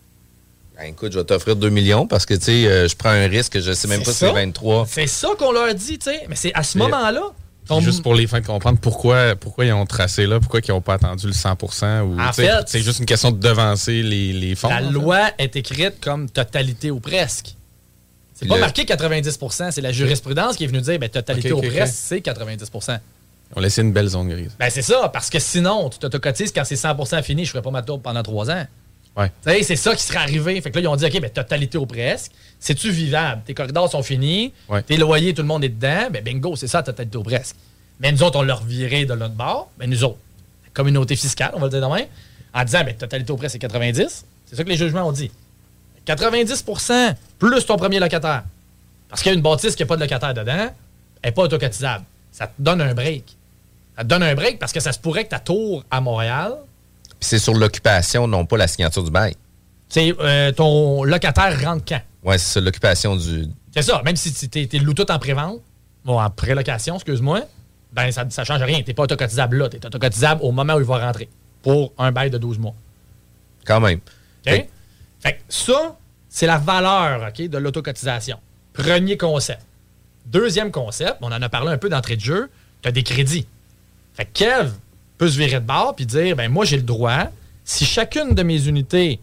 Ben, écoute, je vais t'offrir deux millions parce que, tu sais, euh, je prends un risque, je sais même c'est pas si ça. c'est vingt-trois. C'est ça qu'on leur dit, tu sais. Mais c'est à ce Mais, moment-là... Ton... Juste pour les fins de comprendre pourquoi, pourquoi ils ont tracé là, pourquoi ils n'ont pas attendu le cent pour cent. Ou, en fait, c'est juste une question de devancer les, les fonds. La loi est écrite comme totalité ou presque. C'est pas le... marqué quatre-vingt-dix pour cent, c'est la jurisprudence qui est venue dire ben, totalité okay, okay, ou presque, okay. c'est quatre-vingt-dix pour cent. On laissait une belle zone grise. Ben c'est ça, parce que sinon, tu t'autocotises quand c'est cent pour cent fini, je ferais pas ma tourbe pendant trois ans. Ouais. C'est ça qui serait arrivé. Fait que là, ils ont dit, OK, ben, totalité ou presque. C'est-tu vivable? Tes corridors sont finis, ouais. tes loyers, tout le monde est dedans. Ben bingo, c'est ça, totalité ou presque. Mais nous autres, on leur virait de l'autre bord. Ben nous autres, la communauté fiscale, on va le dire demain, en disant, ben totalité ou presque, c'est quatre-vingt-dix. C'est ça que les jugements ont dit. quatre-vingt-dix pour cent plus ton premier locataire. Parce qu'il y a une bâtisse qui n'a pas de locataire dedans, elle n'est pas autocotisable. Ça te donne un break. Ça te donne un break parce que ça se pourrait que ta tour à Montréal... Puis c'est sur l'occupation, non pas la signature du bail. C'est euh, ton locataire rentre quand? Oui, c'est ça, l'occupation du... C'est ça, même si tu es loué tout en pré-vente, bon, en pré-location, excuse-moi, ben ça ne change rien. Tu n'es pas autocotisable là. Tu es autocotisable au moment où il va rentrer pour un bail de douze mois. Quand même. OK? Fait, fait que ça, c'est la valeur okay, de l'autocotisation. Premier concept. Deuxième concept, on en a parlé un peu d'entrée de jeu, tu as des crédits. Fait que Kev peut se virer de bord puis dire, ben moi, j'ai le droit, si chacune de mes unités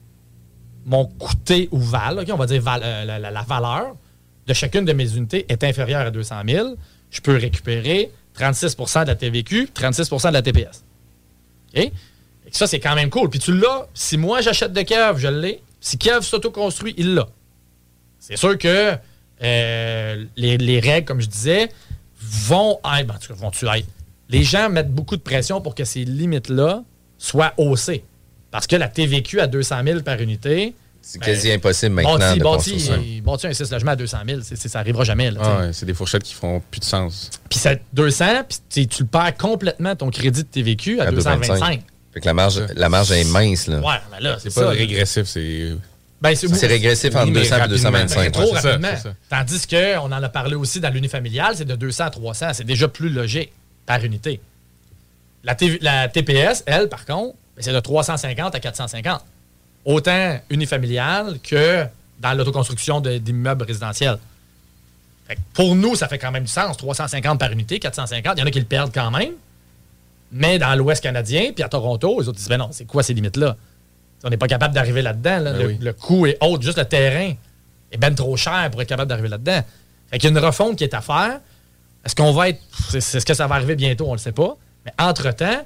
m'ont coûté ou valent, okay, on va dire val, euh, la, la, la valeur de chacune de mes unités est inférieure à deux cent mille, je peux récupérer trente-six pour cent de la T V Q, trente-six pour cent de la T P S. Okay? Et ça, c'est quand même cool. Puis tu l'as. Si moi, j'achète de Kev, je l'ai. Si Kev s'auto-construit, il l'a. C'est sûr que euh, les, les règles, comme je disais, vont être... Ben, en tout cas, vont-tu être... Les gens mettent beaucoup de pression pour que ces limites-là soient haussées. Parce que la T V Q à deux cent mille par unité... C'est ben, quasi impossible maintenant bâti, de bâti, construire ça. Bâti un six logements à deux cent mille, c'est, c'est, ça n'arrivera jamais. Là, ah ouais, c'est des fourchettes qui feront plus de sens. Puis c'est deux cents, puis tu le perds complètement ton crédit de T V Q à, à deux cent vingt-cinq. Fait que la marge, la marge est mince. Là. Ouais, mais là, c'est, c'est pas ça, régressif, c'est... Ben, c'est, c'est régressif entre deux cents et deux cent vingt-cinq. C'est trop ouais, rapidement. Ça, Tandis qu'on en a parlé aussi dans l'unifamilial, c'est de deux cents à trois cents. C'est déjà plus logique par unité. La, T V, la T P S, elle, par contre, c'est de trois cent cinquante à quatre cent cinquante. Autant unifamilial que dans l'autoconstruction de, d'immeubles résidentiels. Fait que pour nous, ça fait quand même du sens. trois cent cinquante par unité, quatre cent cinquante. Il y en a qui le perdent quand même. Mais dans l'Ouest canadien, puis à Toronto, les autres disent, ben non, c'est quoi ces limites-là? On n'est pas capable d'arriver là-dedans. Là. Ben le, oui. le coût est haut. Juste le terrain est ben trop cher pour être capable d'arriver là-dedans. Fait qu'il y a une refonte qui est à faire Est-ce qu'on va être... C'est, c'est ce que ça va arriver bientôt, on le sait pas. Mais entre-temps,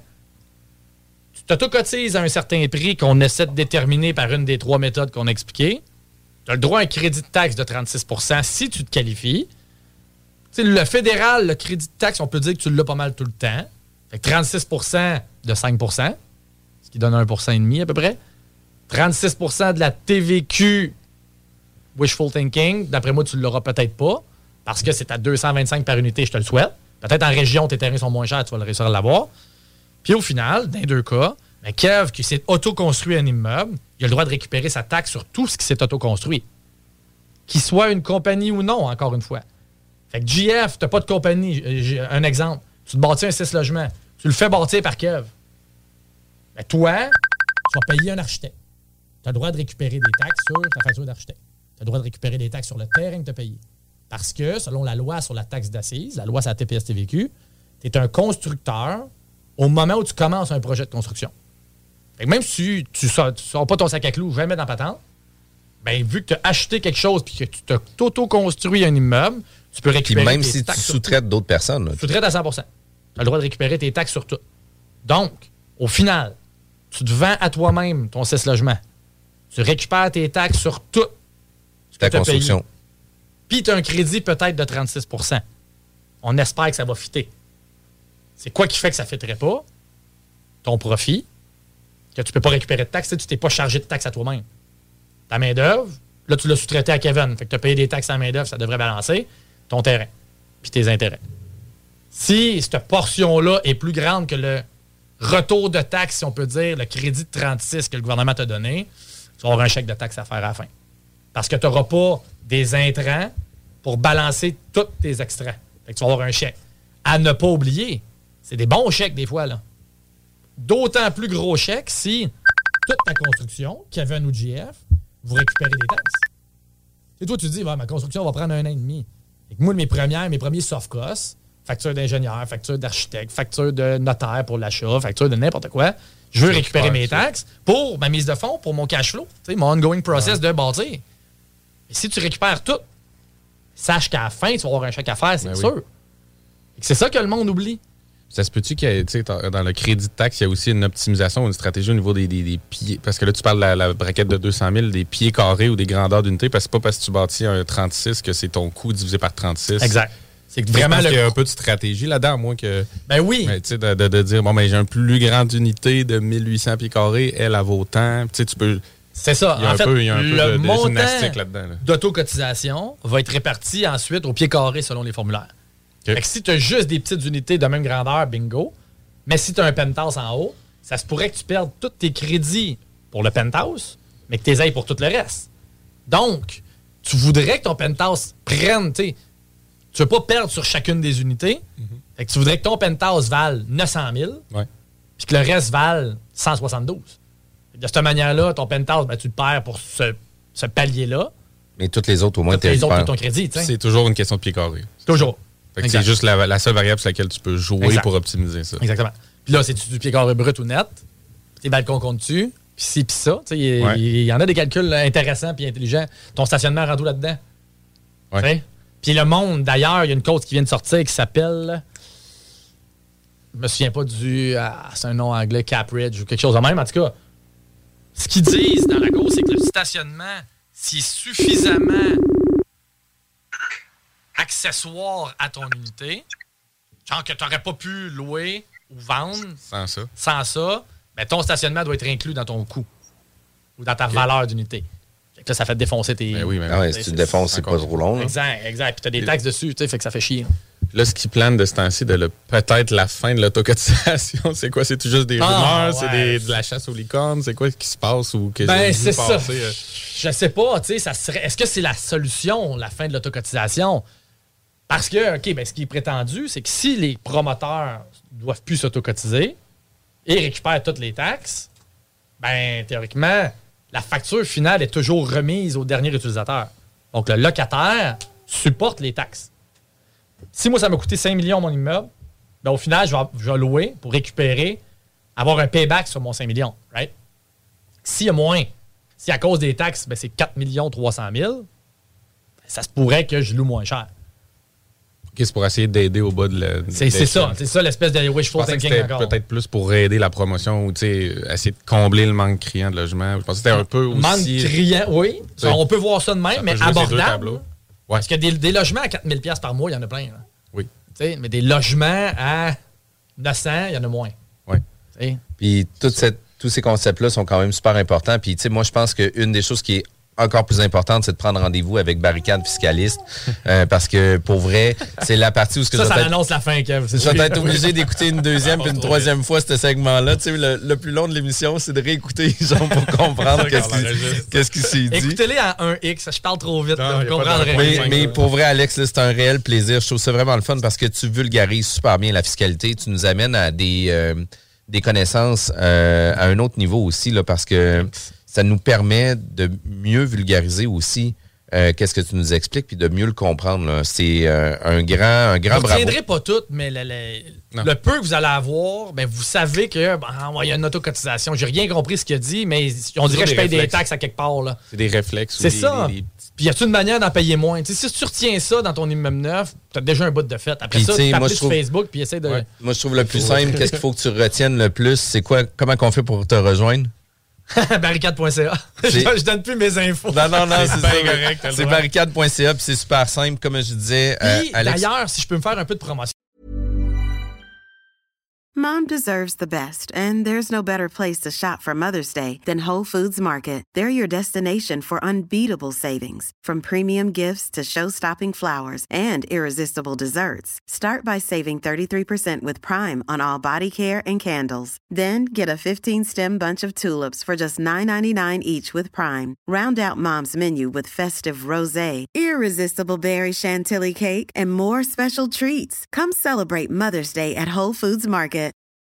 tu t'auto-cotises à un certain prix qu'on essaie de déterminer par une des trois méthodes qu'on a expliquées. Tu as le droit à un crédit de taxe de trente-six pour cent si tu te qualifies. T'sais, le fédéral, le crédit de taxe, on peut dire que tu l'as pas mal tout le temps. Fait que trente-six pour cent de cinq pour cent, ce qui donne un pour cent et demi à peu près. trente-six pour cent de la T V Q, wishful thinking, d'après moi, tu ne l'auras peut-être pas, parce que c'est à deux cent vingt-cinq par unité, je te le souhaite. Peut-être en région, tes terrains sont moins chers, tu vas le réussir à l'avoir. Puis au final, dans les deux cas, ben Kev, qui s'est auto-construit un immeuble, il a le droit de récupérer sa taxe sur tout ce qui s'est auto-construit. Qu'il soit une compagnie ou non, encore une fois. Fait que J F, tu n'as pas de compagnie. J'ai un exemple. Tu te bâtis un six logements. Tu le fais bâtir par Kev. Ben toi, tu vas payer un architecte. Tu as le droit de récupérer des taxes sur ta facture d'architecte. Tu as le droit de récupérer des taxes sur le terrain que tu as payé. Parce que, selon la loi sur la taxe d'assises, la loi sur la T P S T V Q, tu es un constructeur au moment où tu commences un projet de construction. Fait que même si tu ne sors, sors pas ton sac à clous jamais dans patente, ben, vu que tu as acheté quelque chose et que tu t'as auto-construit un immeuble, tu peux récupérer puis même tes si taxes tu sous-traites d'autres personnes. Tu sous-traites à cent pour cent. Tu as le droit de récupérer tes taxes sur tout. Donc, au final, tu te vends à toi-même ton six logements. Tu récupères tes taxes sur tout ce que ta construction. Puis tu as un crédit peut-être de trente-six pour cent. On espère que ça va fitter. C'est quoi qui fait que ça ne fitterait pas? Ton profit, que tu ne peux pas récupérer de taxes, tu t'es pas chargé de taxes à toi-même. Ta main-d'œuvre, là, tu l'as sous-traité à Kevin. Fait que tu as payé des taxes à la main-d'œuvre, ça devrait balancer ton terrain, puis tes intérêts. Si cette portion-là est plus grande que le retour de taxes, si on peut dire, le crédit de trente-six que le gouvernement t'a donné, tu vas avoir un chèque de taxes à faire à la fin. Parce que tu n'auras pas des intrants pour balancer tous tes extraits. Fait que tu vas avoir un chèque. À ne pas oublier, c'est des bons chèques des fois, là. D'autant plus gros chèques si toute ta construction, Kevin ou J F, vous récupérez des taxes. Et toi, tu te dis, bah, ma construction va prendre un an et demi. Et que moi, mes premières, mes premiers soft costs, facture d'ingénieur, facture d'architecte, facture de notaire pour l'achat, facture de n'importe quoi, je veux récupérer mes taxes pour ma mise de fonds, pour mon cash flow, mon ongoing process de bâtir. Et si tu récupères tout, sache qu'à la fin, tu vas avoir un chèque à faire, c'est ben sûr. Oui. C'est ça que le monde oublie. Ça se peut-tu qu'il y ait, dans le crédit de taxe, il y a aussi une optimisation, une stratégie au niveau des, des, des pieds? Parce que là, tu parles de la, la braquette de deux cent mille, des pieds carrés ou des grandeurs d'unité, parce que c'est pas parce que tu bâtis un trente-six que c'est ton coût divisé par trente-six. Exact. C'est que vraiment, il y a un peu de stratégie là-dedans, à moins que... Ben oui. Ben, tu sais, de, de, de dire, bon, ben j'ai une plus grande unité de mille huit cents pieds carrés, elle, elle vaut tant. Tu sais, tu peux... C'est ça. Il y a en un fait, peu, il y a un le peu de, de montant gymnastique là-dedans. Là. d'autocotisation va être réparti ensuite au pied carré selon les formulaires. Okay. Fait que si tu as juste des petites unités de même grandeur, bingo. Mais si tu as un penthouse en haut, ça se pourrait que tu perdes tous tes crédits pour le penthouse, mais que tu les ailles pour tout le reste. Donc, tu voudrais que ton penthouse prenne, tu sais, tu veux pas perdre sur chacune des unités. Mm-hmm. Fait que tu voudrais que ton penthouse vale neuf cent mille, ouais. puis que le reste vale cent soixante-douze. De cette manière-là, ton penthouse, ben, tu le perds pour ce, ce palier-là. Mais toutes les autres, au moins, tu les autres, ton crédit. T'sais. C'est toujours une question de pied carré. Toujours. Fait que c'est juste la, la seule variable sur laquelle tu peux jouer exact. Pour optimiser ça. Exactement. Puis là, c'est-tu du pied carré brut ou net? Tes balcons comptent-tu? Puis ci, puis ça. Il ouais. y, y en a des calculs intéressants puis intelligents. Ton stationnement rend où là-dedans? Ouais. Puis le monde, d'ailleurs, il y a une côte qui vient de sortir qui s'appelle... Je me souviens pas du... Ah, c'est un nom anglais, Capridge ou quelque chose de même. En tout cas, ce qu'ils disent dans la côte, c'est que le stationnement, s'il est suffisamment accessoire à ton unité, genre que tu n'aurais pas pu louer ou vendre sans ça, sans ça ben ton stationnement doit être inclus dans ton coût ou dans ta okay. valeur d'unité. Fait que là, ça fait défoncer tes... Ben oui, ben ah ouais, si tu le défonces, c'est pas trop long. Là. Exact, exact. Puis tu as des taxes dessus, tu sais, fait que ça fait chier. Là, là ce qu'ils planent de ce temps-ci, de le, peut-être la fin de l'autocotisation, c'est quoi? C'est tout juste des rumeurs? Ah, ouais. C'est des, de la chasse aux licornes? C'est quoi qui se passe? Ou que ben, c'est ça. Passer, euh... Je sais pas, tu sais, ça serait... Est-ce que c'est la solution, la fin de l'autocotisation? Parce que, OK, ben, ce qui est prétendu, c'est que si les promoteurs ne doivent plus s'autocotiser et récupèrent toutes les taxes, ben théoriquement, la facture finale est toujours remise au dernier utilisateur. Donc, le locataire supporte les taxes. Si moi, ça m'a coûté cinq millions mon immeuble, ben, au final, je vais, je vais louer pour récupérer, avoir un payback sur mon cinq millions, right? S'il y a moins, si à cause des taxes, ben, c'est quatre millions trois cent mille, ben, ça se pourrait que je loue moins cher. C'est pour essayer d'aider au bas de la... C'est, c'est ça, c'est ça l'espèce de wishful thinking c'était encore. Peut-être plus pour aider la promotion ou essayer de combler le manque criant de logement. Je pense que c'était un peu aussi... Manque criant, oui. Ça, on peut voir ça de même, ça mais abordable. Ouais. Parce que des, des logements à quatre mille dollars par mois, il y en a plein. Là. Oui. T'sais, mais des logements à neuf cents, il y en a moins. Oui. T'sais. Puis toute cette, tous ces concepts-là sont quand même super importants. Puis, tu sais, moi, je pense qu'une des choses qui est encore plus importante, c'est de prendre rendez-vous avec Barricade Fiscaliste. euh, parce que, pour vrai, c'est la partie où... Ce que ça, je ça vais annonce la fin, Kev. Je vais être obligé d'écouter une deuxième puis une troisième fois ce segment-là. Tu sais, le, le plus long de l'émission, c'est de réécouter, genre, pour comprendre qu'est-ce qui, qu'est-ce qui s'est dit. Écoutez-les à un X, je parle trop vite, non, vous comprendrez. Mais, mais pour vrai, Alex, là, c'est un réel plaisir. Je trouve ça vraiment le fun parce que tu vulgarises super bien la fiscalité. Tu nous amènes à des, euh, des connaissances euh, à un autre niveau aussi, là, parce que ça nous permet de mieux vulgariser aussi euh, qu'est-ce que tu nous expliques puis de mieux le comprendre. Là. C'est euh, un grand, un grand vous bravo. Vous ne tiendrez pas tout, mais le, le, le peu que vous allez avoir, ben vous savez que ben, il y a une autocotisation. J'ai rien compris ce qu'il a dit, mais on dirait que je paye réflexes. des taxes à quelque part. Là. C'est des réflexes. C'est des, ça. Des, des... Puis y a-t-il une manière d'en payer moins? T'sais, si tu retiens ça dans ton immeuble neuf, t'as déjà un bout de fait. Après puis ça, tu t'appelles sur trouve... Facebook puis essaie de... Ouais. Moi, je trouve le plus simple, qu'est-ce qu'il faut que tu retiennes le plus? C'est quoi? Comment qu'on fait pour te rejoindre? barricade point c a. je, je donne plus mes infos. Non, non, non, c'est, c'est ça. Correct, c'est barricade point c a puis c'est super simple, comme je disais. Puis, euh, Alex... d'ailleurs, si je peux me faire un peu de promotion. Mom deserves the best, and there's no better place to shop for Mother's Day than Whole Foods Market. They're your destination for unbeatable savings, from premium gifts to show-stopping flowers and irresistible desserts. Start by saving thirty-three percent with Prime on all body care and candles. Then get a fifteen-stem bunch of tulips for just nine ninety-nine each with Prime. Round out Mom's menu with festive rosé, irresistible berry chantilly cake, and more special treats. Come celebrate Mother's Day at Whole Foods Market.